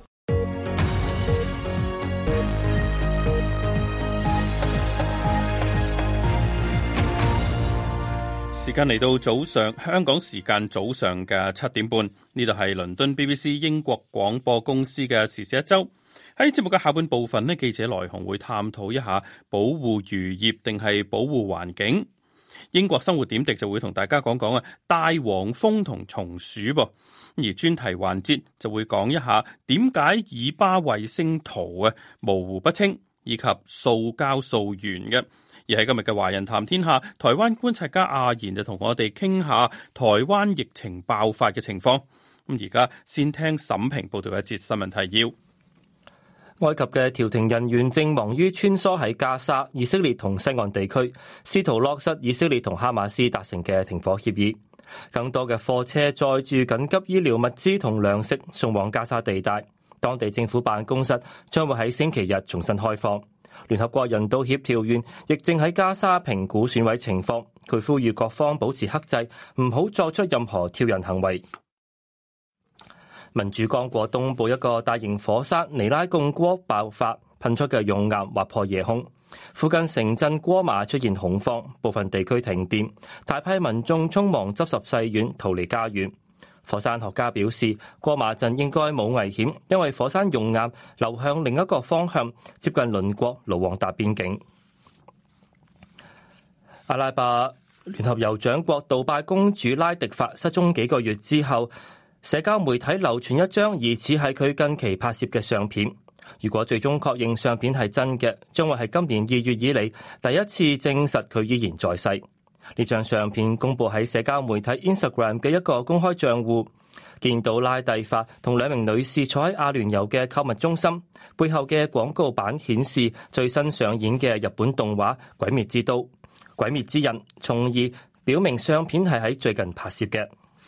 時間嚟到早上，香港時間早上嘅七點半，呢度係倫敦 B B C 英國廣播公司嘅時事一周。喺節目嘅下半部分呢，記者來鴻會探討一下保護漁業定係保護環境。英國生活點滴就會同大家講講啊大黃蜂同松鼠噃，而專題環節就會講一下點解以巴衛星圖啊模糊不清，以及塑膠溯源嘅。而喺今日嘅華人談天下，台灣觀察家阿賢就同我哋傾下台灣疫情爆發嘅情況。咁而家先聽沈平報道一節新聞提要。 埃及嘅調停人員正忙於穿梭喺加沙、以色列同西岸地區，試圖落實以色列同哈馬斯達成嘅停火協議。更多嘅貨車載住緊急醫療物資同糧食送往加沙地帶，當地政府辦公室將會喺星期日重新開放。聯合國人道協調員亦正喺加沙評估損毀情況，佢呼籲各方保持克制，唔好作出任何挑釁行為。民主剛果東部一個大型火山尼拉貢戈爆發，噴出嘅熔岩劃破夜空，附近城鎮戈馬出現恐慌，部分地區停電，大批民眾匆忙執拾細軟逃離家園。火山學家表示，戈馬鎮應該冇危險，因為火山熔岩流向另一個方向，接近鄰國盧旺達邊境。阿拉伯聯合酋長國杜拜公主拉迪法失蹤幾個月之後，社交媒體流傳一張疑似係佢近期拍攝嘅相片。如果最終確認相片係真嘅，將會係今年二月以嚟第一次證實佢依然在世。呢張相片公佈喺社交媒體 Instagram 嘅一個公開賬戶，見到拉蒂法同兩名女士坐喺阿聯酋嘅購物中心，背後嘅廣告版顯示最新上演嘅日本動畫《鬼滅之刀》《鬼滅之刃》，從而表明相片係喺最近拍攝嘅。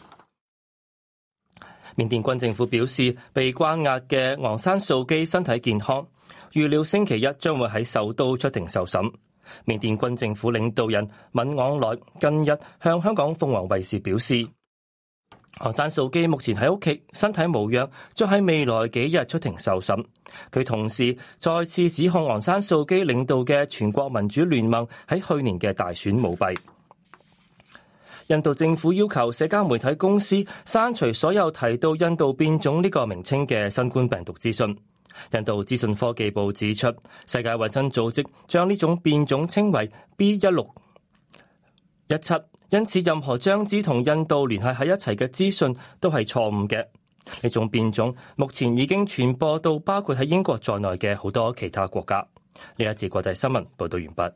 緬甸軍政府表示，被關押嘅昂山素基身體健康，預料星期一將會喺首都出庭受審。緬甸軍政府領導人敏昂萊近日向香港鳳凰衛視表示，昂山素基目前喺屋企，身體無恙，將喺未來幾日出庭受審。佢同時再次指控昂山素基領導嘅全國民主聯盟喺去年嘅大選舞弊。印度政府要求社交媒體公司刪除所有提到印度變種呢個名稱嘅新冠病毒資訊。印度資訊科技部指出，世界衛生組織將呢種變種稱為 B 一六一七，因此任何將之同印度聯繫喺一齊嘅資訊都係錯誤嘅。呢種變種目前已經傳播到包括喺英國在內嘅好多其他國家。呢一節國際新聞報道完畢。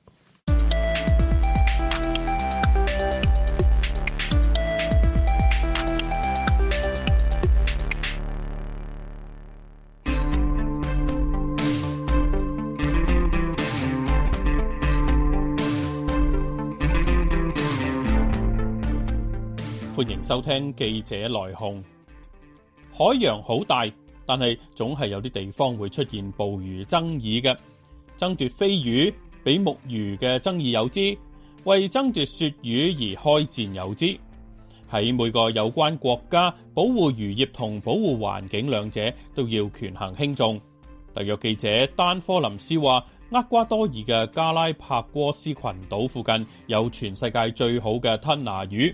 歡迎收聽記者來鴻。海洋好大，但係總係有啲地方會出現捕魚爭議嘅，爭奪飛魚比目魚嘅爭議有之，為爭奪鱈魚而開戰有之。喺每個有關國家，保護漁業同保護環境兩者都要權衡輕重。特約記者丹科林斯話，厄瓜多爾嘅加拉帕戈斯群島附近有全世界最好嘅吞拿魚。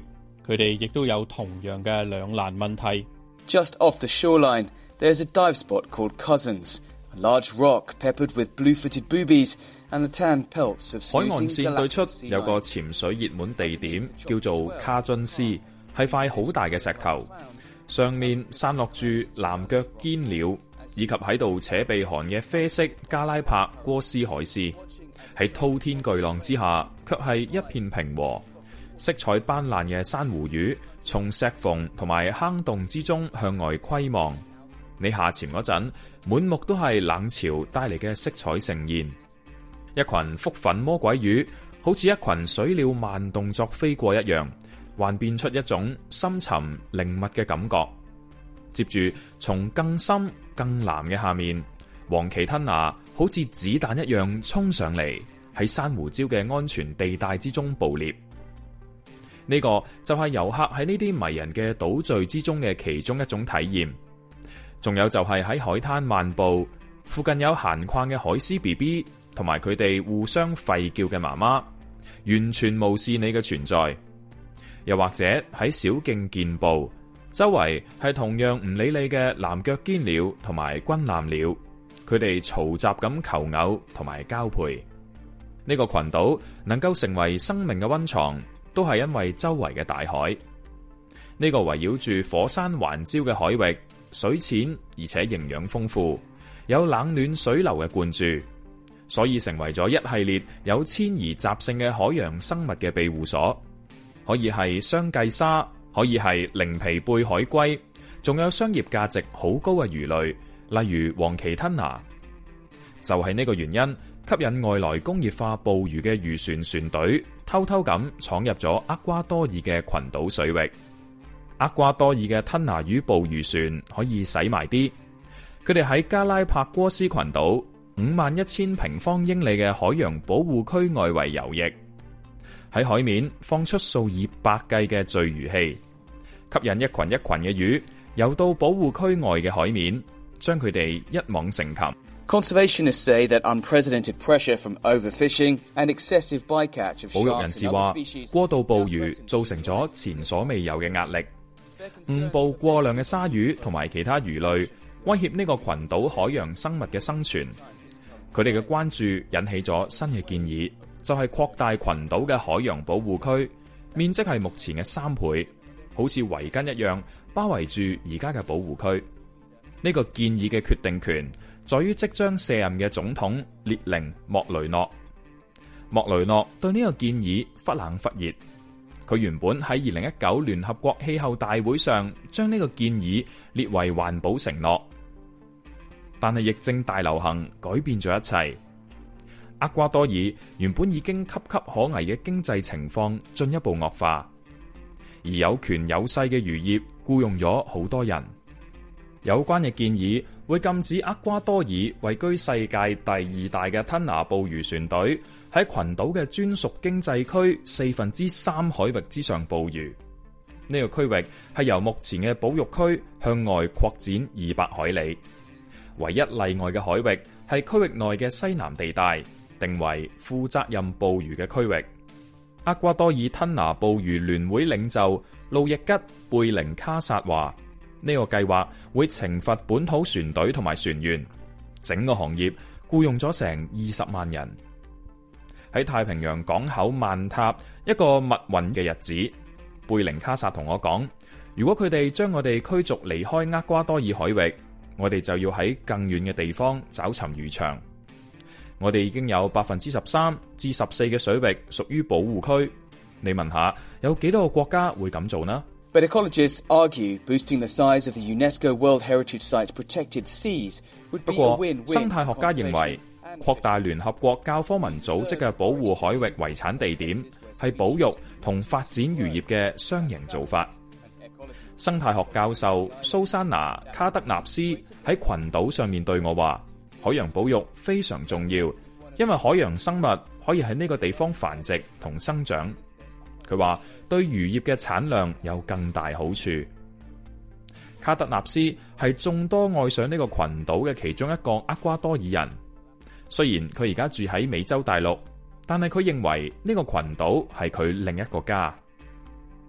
佢哋亦都有同樣嘅兩難問題。 Just off the shoreline, there's a dive spot called Cousins, a large rock peppered with blue-footed boobies and the tan pelts of 海岸線對出有個潛水熱門地點，叫做卡津斯，係塊好大嘅石頭，上面散落住藍腳堅鳥，以及喺度扯鼻鼾嘅啡色加拉帕戈斯海獅。喺滔天巨浪之下，卻係一片平和。色彩斑斕嘅珊瑚魚從石縫同埋坑洞之中向外窺望。你下潛嗰陣，滿目都係冷潮帶嚟嘅色彩盛宴。一群覆粉魔鬼魚好似一群水鳥慢動作飛過一樣，幻變出一種深沉靈密嘅感覺。接住從更深更藍嘅下面，黃鰭吞拿好似子彈一樣衝上嚟，喺珊瑚礁嘅安全地帶之中捕獵。呢、這個就係遊客喺呢啲迷人嘅島嶼之中嘅其中一種體驗。仲有就係喺海灘漫步，附近有閒逛嘅海獅 B B 同埋佢哋互相吠叫嘅媽媽，完全無視你嘅存在。又或者喺小徑健步，周圍係同樣唔理你嘅藍腳堅鳥同埋軍艦鳥，佢哋嘈雜咁求偶同埋交配。呢、這個群島能夠成為生命嘅溫床，都係因為周圍嘅大海。呢、這個圍繞住火山環礁嘅海域，水淺而且營養豐富，有冷暖水流嘅灌注，所以成為咗一系列有遷移習性嘅海洋生物嘅庇護所。可以係雙髻鯊，可以係靈皮貝海龜，仲有商業價值好高嘅魚類，例如黃鰭吞拿。就係、是、呢個原因，吸引外來工業化捕魚嘅漁船船隊偷偷咁闖入咗厄瓜多爾嘅群島水域。厄瓜多爾嘅吞拿魚捕魚船可以使埋啲，佢哋喺加拉帕戈斯群島五萬一千平方英里嘅海洋保護區外圍游弋，喺海面放出數以百計嘅聚魚器，吸引一群一群嘅魚游到保護區外嘅海面，將佢哋一網成擒。 Conservationists say that unprecedented pressure from overfishing and excessive bycatch of sharks and other species. 保育人士話，過度捕魚造成咗前所未有嘅壓力，誤捕過量嘅鯊魚同埋其他魚類，威脅呢個群島海洋生物嘅生存。佢哋嘅關注引起咗新嘅建議，就係擴大群島嘅海洋保護區，面積係目前嘅三倍，好似圍巾一樣包圍住而家嘅保護區。呢個建議嘅決定權在於即將卸任嘅總統列寧莫雷諾。莫雷諾對呢個建議忽冷忽熱。佢原本喺二零一九聯合國氣候大會上將呢個建議列為環保承諾，但係疫症大流行改變咗一切。厄瓜多爾原本已經岌岌可危嘅經濟情況進一步惡化，而有權有勢嘅漁業僱用咗好多人。有關嘅建議會禁止厄瓜多爾位居世界第二大嘅吞拿捕魚船隊喺群島嘅專屬經濟區四分之三海域之上捕魚。呢、這個區域係由目前嘅保育區向外擴展二百海里，唯一例外嘅海域係區域內嘅西南地帶，定為負責任捕魚嘅區域。厄瓜多爾吞拿捕魚聯會領袖路易吉貝寧卡薩話：呢個計劃會懲罰本土船隊同埋船員，整個行業僱用咗成二十萬人。喺太平洋港口曼塔一個密雲嘅日子，貝寧卡薩同我講：如果佢哋將我哋驅逐離開厄瓜多爾海域，我哋就要喺更遠嘅地方找尋漁場。我哋已經有百分之十三至十四嘅水域屬於保護區。你問下，有幾多個國家會咁做呢 ？But ecologists argue boosting the size of the UNESCO World Heritage Site's protected seas would be a win-win. 不過，生態學家認為，擴大聯合國教科文組織嘅保護海域遺產地點，係保育同發展漁業嘅雙贏做法。生態學教授蘇珊娜·卡德納斯喺群島上面對我話：海洋保育非常重要，因為海洋生物可以喺呢個地方繁殖同生長。佢話對漁業嘅產量有更大好處。卡德納斯係眾多愛上呢個群島嘅其中一個厄瓜多爾人。雖然佢而家住喺美洲大陸，但係佢認為呢個群島係佢另一個家。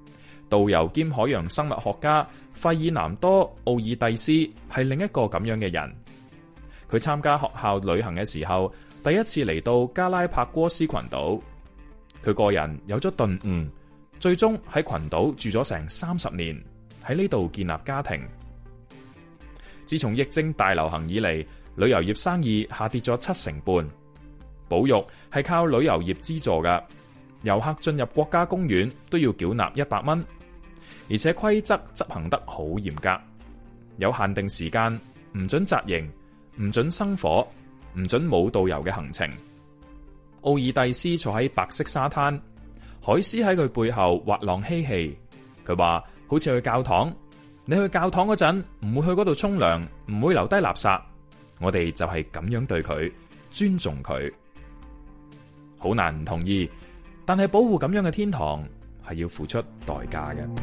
導遊兼海洋生物學家費爾南多·奧爾蒂斯係另一個咁樣嘅人。佢參加學校旅行嘅時候，第一次嚟到加拉帕戈斯群島。佢個人有咗頓悟，最終喺群島住咗成三十年，喺呢度建立家庭。自從疫症大流行以嚟，旅遊業生意下跌咗七成半。保育係靠旅遊業資助㗎，遊客進入國家公園都要繳納一百蚊，而且規則執行得好嚴格，有限定時間，唔准紮營，唔准生火，唔准冇導遊嘅行程。奧爾蒂斯坐喺白色沙灘，海獅喺佢背後滑浪嬉戲。佢話好似去教堂，你去教堂嗰陣唔會去嗰度沖涼，唔會留低垃圾。我哋就係咁樣對佢，尊重佢。好難唔同意，但係保護咁樣嘅天堂係要付出代價嘅。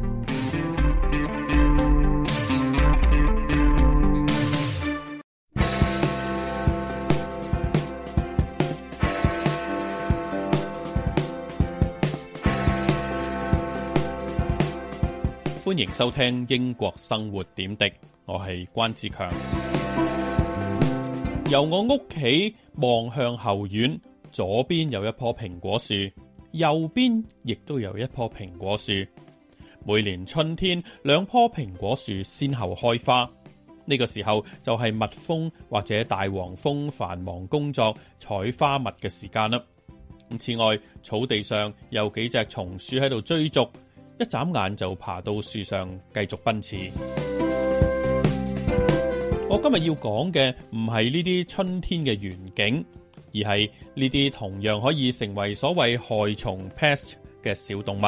歡迎收聽英國生活點滴，我係關志強。由我屋企望向後院，左邊有一棵蘋果樹，右邊亦都有一棵蘋果樹。每年春天，兩棵蘋果樹先後開花，呢個時候就係蜜蜂或者大黃蜂繁忙工作採花蜜嘅時間啦。此外，草地上有幾隻松鼠喺度追逐，一眨眼就爬到樹上繼續奔馳。我今日要講嘅唔係呢啲春天嘅園景，而係呢啲同樣可以成為所謂害蟲 pest 嘅小動物。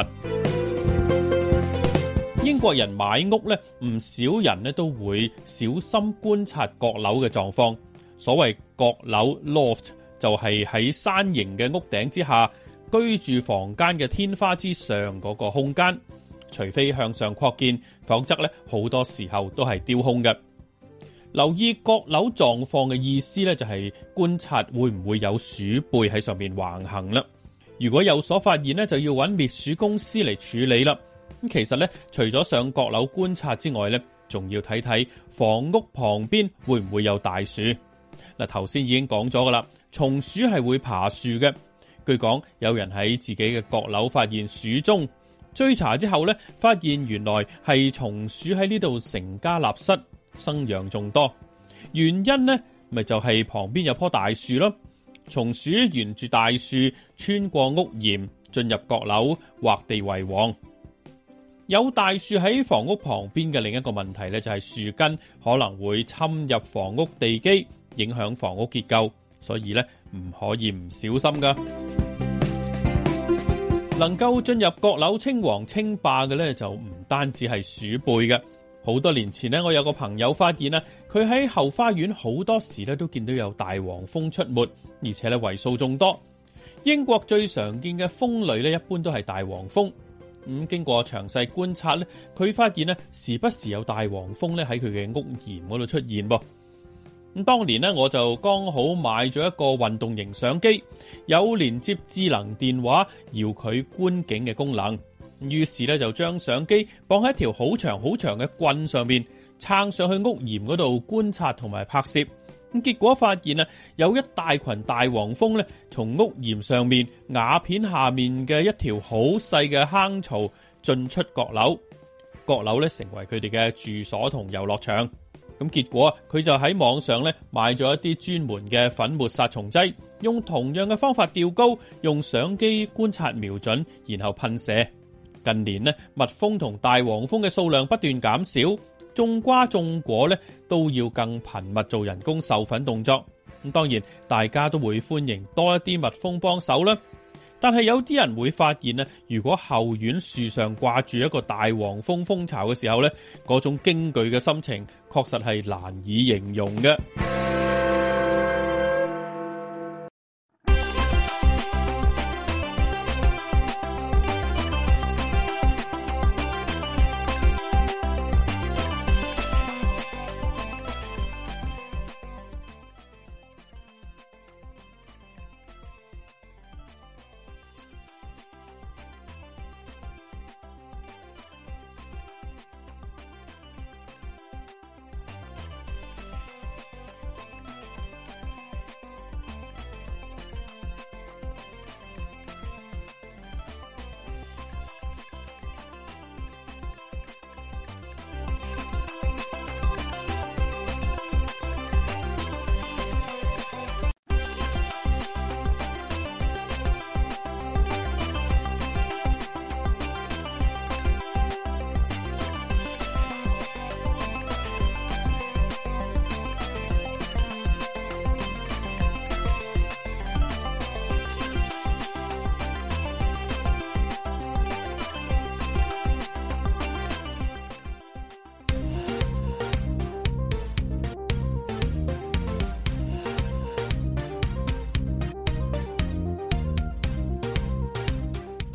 英國人買屋咧，唔少人咧都會小心觀察閣樓嘅狀況。所謂閣樓 loft 就係喺山形嘅屋頂之下，居住房間嘅天花之上嗰個空間，除非向上擴建，否則咧好多時候都係丟空嘅。留意閣樓狀況嘅意思咧，就係觀察會唔會有鼠輩喺上面橫行啦。如果有所發現咧，就要揾滅鼠公司嚟處理啦。咁其實咧，除咗上閣樓觀察之外咧，仲要睇睇房屋旁邊會唔會有大樹。嗱，頭先已經講咗噶啦，松鼠係會爬樹嘅。據講有人喺自己嘅閣樓發現鼠蹤，追查之後咧，發現原來係松鼠喺呢度成家立室，生養眾多。原因呢咪就係旁邊有棵大樹咯。松鼠沿住大樹穿過屋檐，進入閣樓，劃地為王。有大樹喺房屋旁邊嘅另一個問題呢，就係樹根可能會侵入房屋地基，影響房屋結構，所以呢唔可以唔小心噶。能夠進入閣樓稱王稱霸嘅呢，就唔單止係鼠輩嘅。好多年前呢，我有個朋友發現呢，佢喺後花園好多時呢都見到有大黃蜂出沒，而且呢為數眾多。英國最常見嘅蜂類呢，一般都係大黃蜂。咁、嗯、經過詳細觀察呢，佢發現呢時不時有大黃蜂呢喺佢嘅屋檐嗰度出現噃。咁當年呢，我就剛好買咗一個運動型相機，有連接智能電話遙距觀景嘅功能。於是咧就將相機綁喺一條好長好長嘅棍上面，撐上去屋檐嗰度觀察同埋拍攝。咁結果發現啊，有一大群大黃蜂咧，從屋檐上面瓦片下面嘅一條好細嘅坑槽進出閣樓，閣樓咧成為佢哋嘅住所同遊樂場。咁結果佢就喺網上咧買咗一啲專門嘅粉末殺蟲劑，用同樣嘅方法吊高，用相機觀察瞄準，然後噴射。近年呢，蜜蜂同大黃蜂嘅數量不斷減少，種瓜種果呢都要更頻密做人工授粉動作。咁當然，大家都會歡迎多一啲蜜蜂幫手啦。但係有啲人會發現呢，如果後院樹上掛住一個大黃蜂蜂巢嘅時候呢，嗰種驚懼嘅心情確實係難以形容嘅。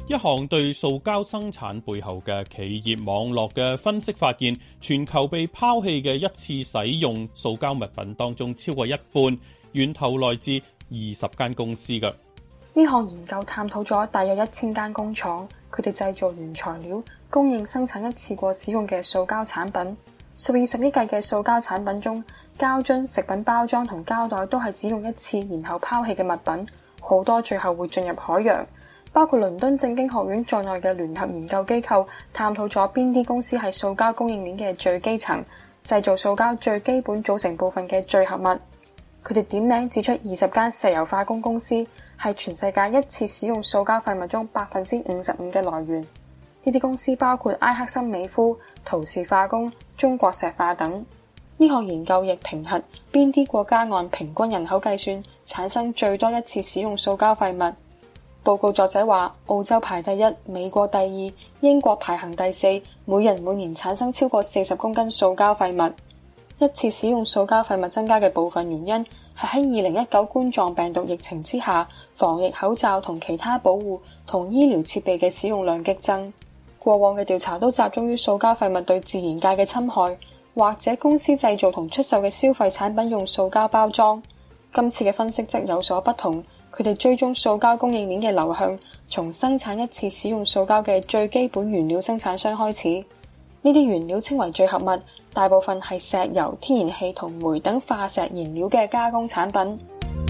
一項對塑膠生產背後嘅企業網絡嘅分析發現，全球被拋棄嘅一次使用塑膠物品當中，超過一半源頭來自二十間公司嘅。 呢項研究探討咗大約一千間工廠，佢哋製造原材料、供應、生產一次過使用嘅塑膠產品。數以十億計嘅塑膠產品中，膠樽、食品包裝同膠袋都係只用一次然後拋棄嘅物品，好多最後會進入海洋。包括倫敦政經學院在內嘅聯合研究機構探討咗邊啲公司係塑膠供應鏈嘅最基層，製造塑膠最基本組成部分嘅聚合物。佢哋點名指出二十間石油化工公司係全世界一次使用塑膠廢物中百分之五十五嘅來源。呢啲公司包括埃克森美孚、陶氏化工、中國石化等。呢項研究亦評核邊啲國家按平均人口計算產生最多一次使用塑膠廢物。報告作者話，澳洲排第一，美國第二，英國排行第四，每人每年產生超過四十公斤塑膠廢物。一次使用塑膠廢物增加嘅部分原因係喺二零一九冠狀病毒疫情之下，防疫口罩同其他保護同醫療設備嘅使用量激增。過往嘅調查都集中於塑膠廢物對自然界嘅侵害，或者公司製造同出售嘅消費產品用塑膠包裝。今次嘅分析則有所不同。佢哋追蹤塑膠供應鏈嘅流向，從生產一次使用塑膠嘅最基本原料生產商開始。呢啲原料稱為聚合物，大部分係石油、天然氣同煤等化石燃料嘅加工產品。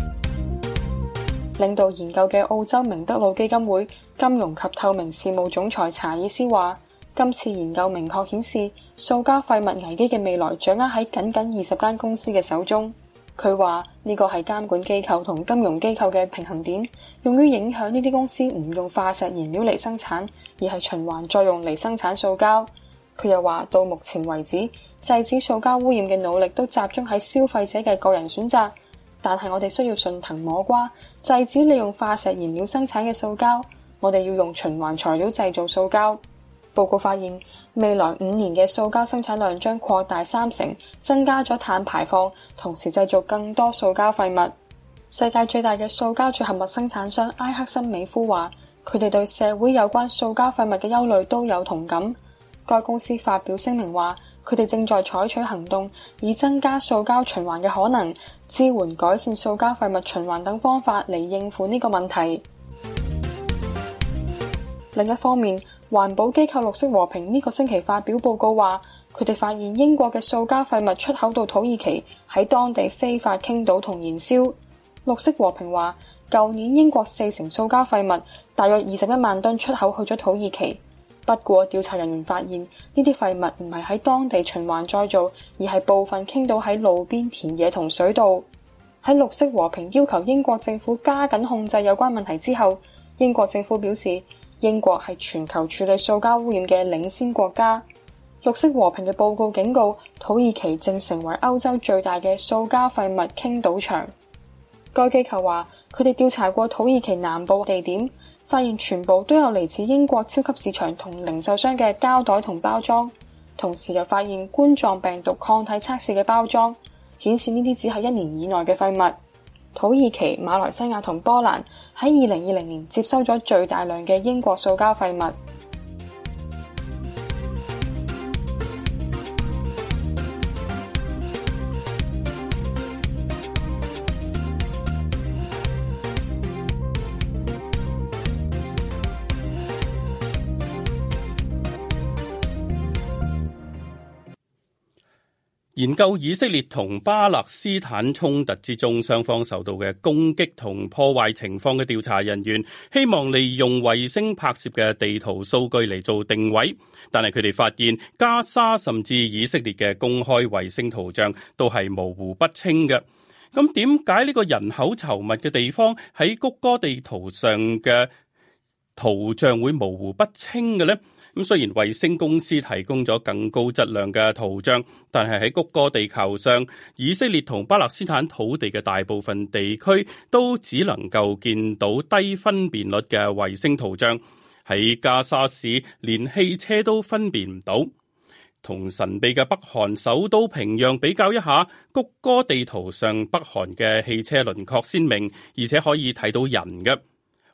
領導研究嘅澳洲明德路基金會金融及透明事務總裁查爾斯話，今次研究明確顯示，塑膠廢物危機嘅未來掌握喺僅僅二十間公司嘅手中。佢話呢個係監管機構同金融機構嘅平衡點，用於影響呢啲公司唔用化石燃料嚟生產，而係循環再用嚟生產塑膠。佢又話到目前為止，制止塑膠污染嘅努力都集中喺消費者嘅個人選擇，但係我哋需要順藤摸瓜，制止利用化石燃料生產嘅塑膠。我哋要用循環材料製造塑膠。報告發現，未來五年嘅塑膠生產量將擴大三成，增加咗碳排放，同時製造更多塑膠廢物。世界最大嘅塑膠聚合物生產商埃克森美孚話，佢哋對社會有關塑膠廢物嘅憂慮都有同感。該公司發表聲明話，佢哋正在採取行動，以增加塑膠循環嘅可能，支援改善塑膠廢物循環等方法嚟應付呢個問題。另一方面，環保機構綠色和平呢個星期發表報告話，佢哋發現英國嘅塑膠廢物出口到土耳其，喺當地非法傾倒同燃燒。綠色和平話，舊年英國四成塑膠廢物，大約二十一萬噸出口去咗土耳其。不過調查人員發現，呢啲廢物唔係喺當地循環再造，而係部分傾倒喺路邊田野同水道。喺綠色和平要求英國政府加緊控制有關問題之後，英國政府表示，英國係全球處理塑膠污染嘅領先國家。綠色和平嘅報告警告，土耳其正成為歐洲最大嘅塑膠廢物傾倒場。該機構話，佢哋調查過土耳其南部地點，發現全部都有嚟自英國超級市場同零售商嘅膠袋同包裝，同時又發現冠狀病毒抗體測試嘅包裝，顯示呢啲只係一年以內嘅廢物。土耳其、馬來西亞同波蘭喺二零二零年接收咗最大量嘅英國塑膠廢物。 研究以色列同巴勒斯坦衝突之中雙方受到嘅攻擊同破壞情況嘅調查人員，希望利用衛星拍攝嘅地圖數據嚟做定位，但係佢哋發現加沙甚至以色列嘅公開衛星圖像都係模糊不清嘅。咁點解呢個人口稠密嘅地方喺谷歌地圖上嘅圖像會模糊不清嘅呢？咁雖然衛星公司提供咗更高質量嘅圖像，但係喺谷歌地球上，以色列同巴勒斯坦土地嘅大部分地區都只能夠見到低分辨率嘅衛星圖像。喺加沙市，連汽車都分辨唔到。同神秘嘅北韓首都平壤比較一下，谷歌地圖上北韓嘅汽車輪廓鮮明，而且可以睇到人嘅。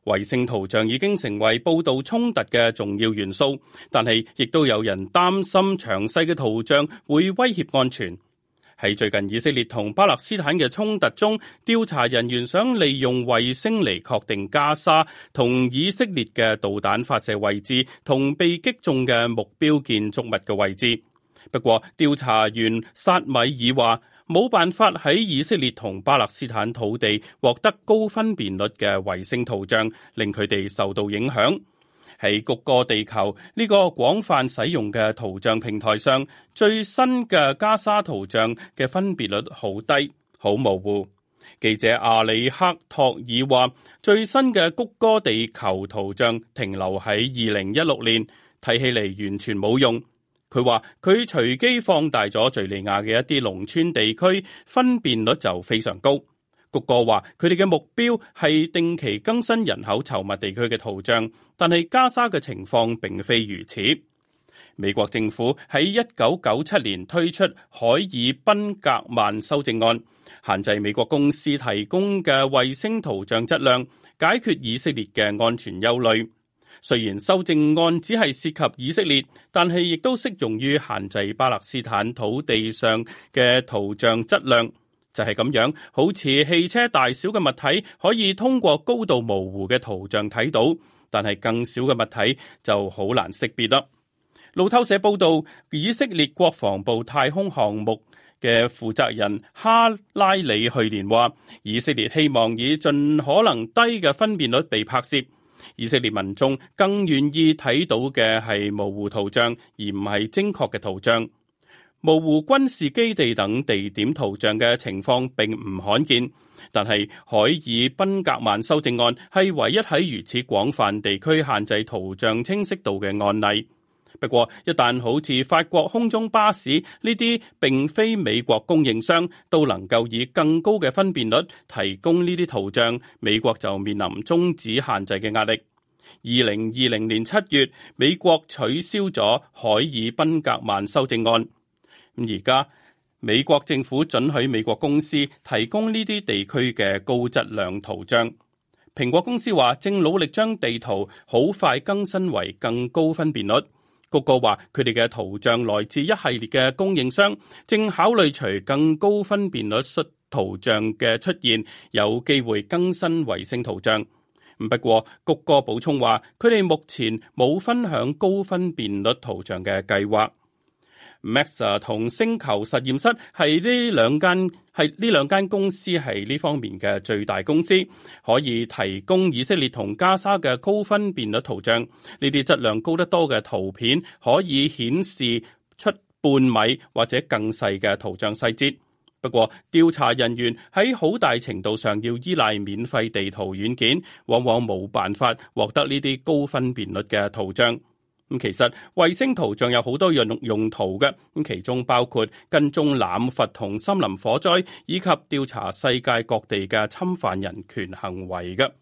衛星圖像已經成為報導衝突嘅重要元素，但係亦都有人擔心詳細嘅圖像會威脅安全。喺最近以色列同巴勒斯坦嘅衝突中，調查人員想利用衛星嚟確定加沙同以色列嘅導彈發射位置同被擊中嘅目標建築物嘅位置。不過，調查員薩米爾話，冇辦法喺以色列同巴勒斯坦土地獲得高分辨率嘅衛星圖像，令佢哋受到影響。喺谷歌地球呢個廣泛使用嘅圖像平台上，最新嘅加沙圖像嘅分辨率好低，好模糊。記者阿里克托爾話，最新嘅谷歌地球圖像停留喺二零一六年，睇起嚟完全冇用。佢話佢隨機放大咗敘利亞嘅一啲農村地區，分辨率就非常高。谷歌話佢哋嘅目標係定期更新人口稠密地區嘅圖像，但係加沙嘅情況並非如此。美國政府喺一九九七年推出海爾賓格曼修正案，限制美國公司提供嘅衛星圖像質量，解決以色列嘅安全憂慮。雖然修正案只係涉及以色列，但係亦都適用於限制巴勒斯坦土地上嘅圖像質量。就係咁樣，好似汽車大小嘅物體可以通過高度模糊嘅圖像睇到，但係更小嘅物體就好難識別啦。路透社報道，以色列國防部太空項目嘅負責人哈拉里去年話，以色列希望以盡可能低嘅分辨率被拍攝。以色列民眾更願意睇到嘅係模糊圖像，而唔係精確嘅圖像。模糊軍事基地等地點圖像嘅情況並唔罕見，但係海爾賓格曼修正案係唯一喺如此廣泛地區限制圖像清晰度嘅案例。不過，一旦好似法國空中巴士呢啲並非美國供應商都能夠以更高嘅分辨率提供呢啲圖像，美國就面臨終止限制嘅壓力。二零二零年七月，美國取消咗海爾賓格曼修正案。咁而家美國政府准許美國公司提供呢啲地區嘅高質量圖像。蘋果公司話正努力將地圖好快更新為更高分辨率。谷歌話佢哋嘅圖像來自一系列嘅供應商，正考慮隨更高分辨率圖像嘅出現，有機會更新衛星圖像。不過谷歌補充話佢哋目前冇分享高分辨率圖像嘅計劃。Maxa 同星球實驗室係呢兩間係呢兩間公司係呢方面嘅最大公司，可以提供以色列同加沙嘅高分辨率圖像。呢啲質量高得多嘅圖片可以顯示出半米或者更細嘅圖像細節。不過調查人員喺好大程度上要依賴免費地圖軟件，往往冇辦法獲得呢啲高分辨率嘅圖像。咁其實衛星圖像有好多用用途嘅，咁其中包括跟蹤濫伐同森林火災，以及調查世界各地嘅侵犯人權行為嘅。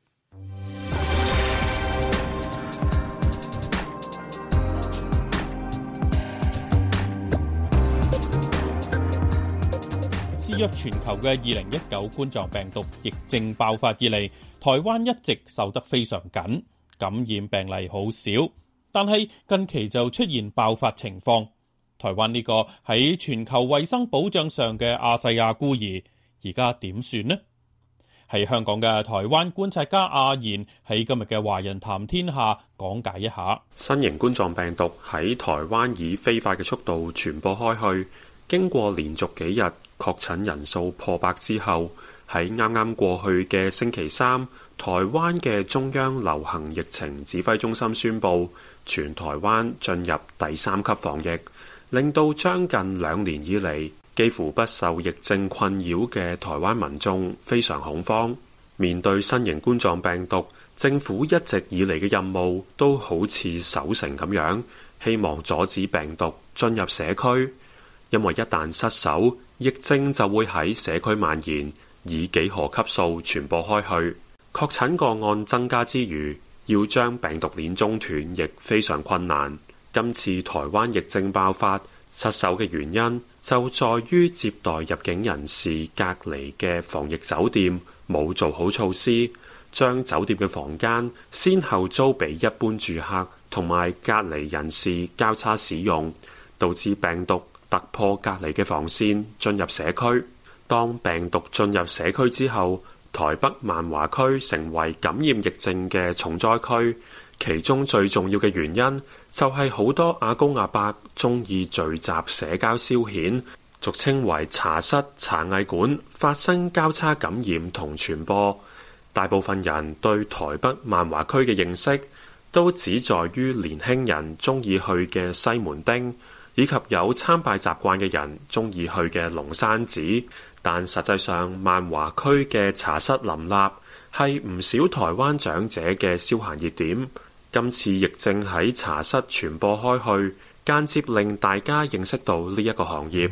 肆虐全球嘅二零一九冠狀病毒疫症爆發以嚟，台灣一直守得非常緊，感染病例好少。但係近期就出現爆發情況，台灣呢個喺全球衛生保障上嘅亞細亞孤兒，而家點算呢？喺香港嘅台灣觀察家阿賢喺今日嘅華人談天下講解一下。 新型冠狀病毒喺台灣以飛快嘅速度傳播開去，經過連續幾日確診人數破百之後，喺啱啱過去嘅星期三，台灣嘅中央流行疫情指揮中心宣布，全台灣進入第三級防疫，令到將近兩年以嚟幾乎不受疫症困擾嘅台灣民眾非常恐慌。面對新型冠狀病毒，政府一直以嚟嘅任務都好似守城咁樣，希望阻止病毒進入社區，因為一旦失守，疫症就會喺社區蔓延，以幾何級數傳播開去。確診個案增加之餘，要將病毒鏈中斷亦非常困難。今次台灣疫症爆發失守嘅原因就在於接待入境人士隔離嘅防疫酒店冇做好措施， 將酒店嘅房間先後租俾一般住客同埋隔離人士交叉使用，導致病毒突破隔離嘅防線進入社區。當病毒進入社區之後，台北萬華區成為感染疫症嘅重災區。其中最重要嘅原因就係好多阿公阿伯中意聚集社交消遣，俗稱為茶室、茶藝館，發生交叉感染同傳播。大部分人對台北萬華區嘅認識都只在於年輕人中意去嘅西門町，以及有參拜習慣嘅人中意去嘅龍山寺。但實際上，萬華區嘅茶室林立，係唔少台灣長者嘅消閒熱點。今次疫症喺茶室傳播開去，間接令大家認識到呢一個行業。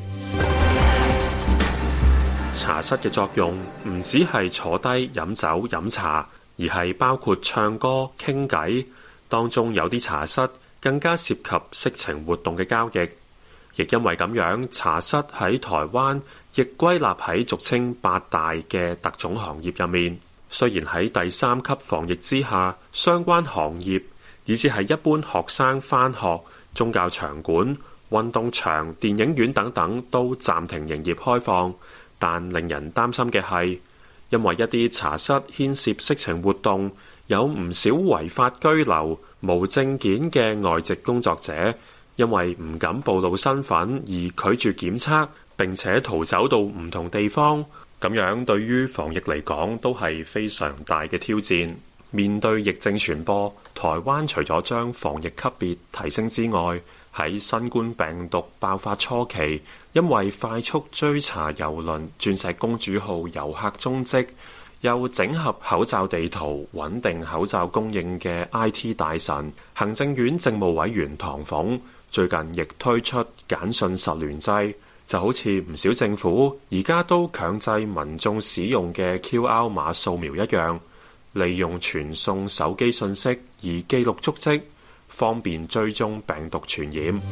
茶室嘅作用唔只係坐低飲酒飲茶，而係包括唱歌傾偈。當中有啲茶室更加涉及色情活動嘅交易。亦因為咁樣，茶室喺台灣亦歸納喺俗稱八大嘅特種行業入面。雖然喺第三級防疫之下，相關行業以至係一般學生返學、宗教場館、運動場、電影院等等都暫停營業開放，但令人擔心嘅係，因為一啲茶室牽涉色情活動，有唔少違法居留、無證件嘅外籍工作者，因為唔敢暴露身份而拒絕檢測，並且逃走到唔同地方。咁樣對於防疫嚟講都係非常大嘅挑戰。面對疫症傳播，台灣除咗將防疫級別提升之外，喺新冠病毒爆發初期，因為快速追查郵輪鑽石公主號遊客蹤跡，又整合口罩地圖，穩定口罩供應嘅 I T 大臣、行政院政務委員唐鳳，最近亦推出簡訊實聯制。就好似唔少政府而家都強制民眾使用嘅 Q R 碼掃描一樣，利用傳送手機信息而記錄足跡，方便追蹤病毒傳染。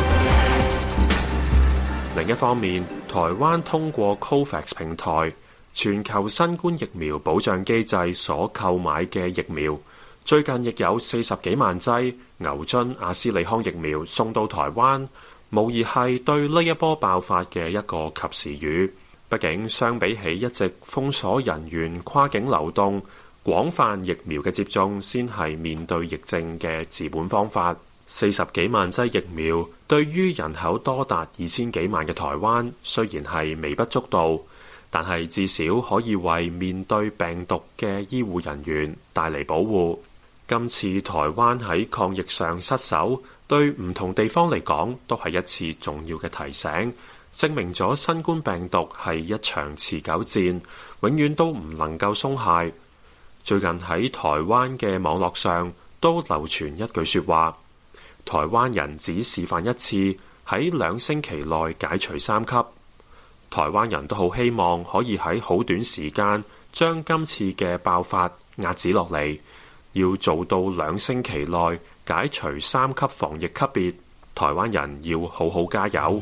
另一方面，台灣通過 COVAX 平台，全球新冠疫苗保障機制所購買嘅疫苗，最近亦有四十幾萬劑牛津阿斯利康疫苗送到台灣。無疑係對呢一波爆發嘅一個及時雨。畢竟相比起一直封鎖人員跨境流動，廣泛疫苗嘅接種先係面對疫症嘅治本方法。四十幾萬劑疫苗對於人口多達二千幾萬嘅台灣，雖然係微不足道，但係至少可以為面對病毒嘅醫護人員帶嚟保護。今次台灣喺抗疫上失守，對唔同地方嚟講都係一次重要嘅提醒，證明咗新冠病毒係一場持久戰，永遠都唔能夠鬆懈。最近喺台灣嘅網絡上都流傳一句說話，台灣人只示範一次，喺兩星期內解除三級。台灣人都好希望可以喺好短時間將今次嘅爆發壓止落嚟。要做到兩星期內解除三級防疫級別，台灣人要好好加油。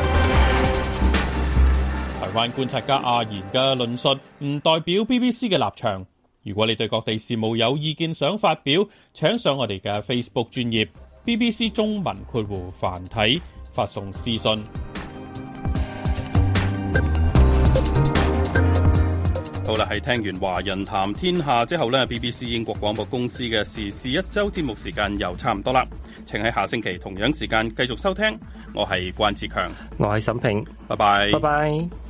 台灣觀察家阿言嘅論述唔代表 B B C 嘅立場。如果你對各地事務有意見想發表，請上我哋嘅 Facebook 專頁 B B C 中文括弧繁體發送私信。好啦，係聽完華人談天下之後呢， B B C 英國廣播公司嘅時事一周節目時間又差唔多啦，請喺下星期同樣時間繼續收聽。我係關志強， 我係沈平， 拜拜， 拜拜。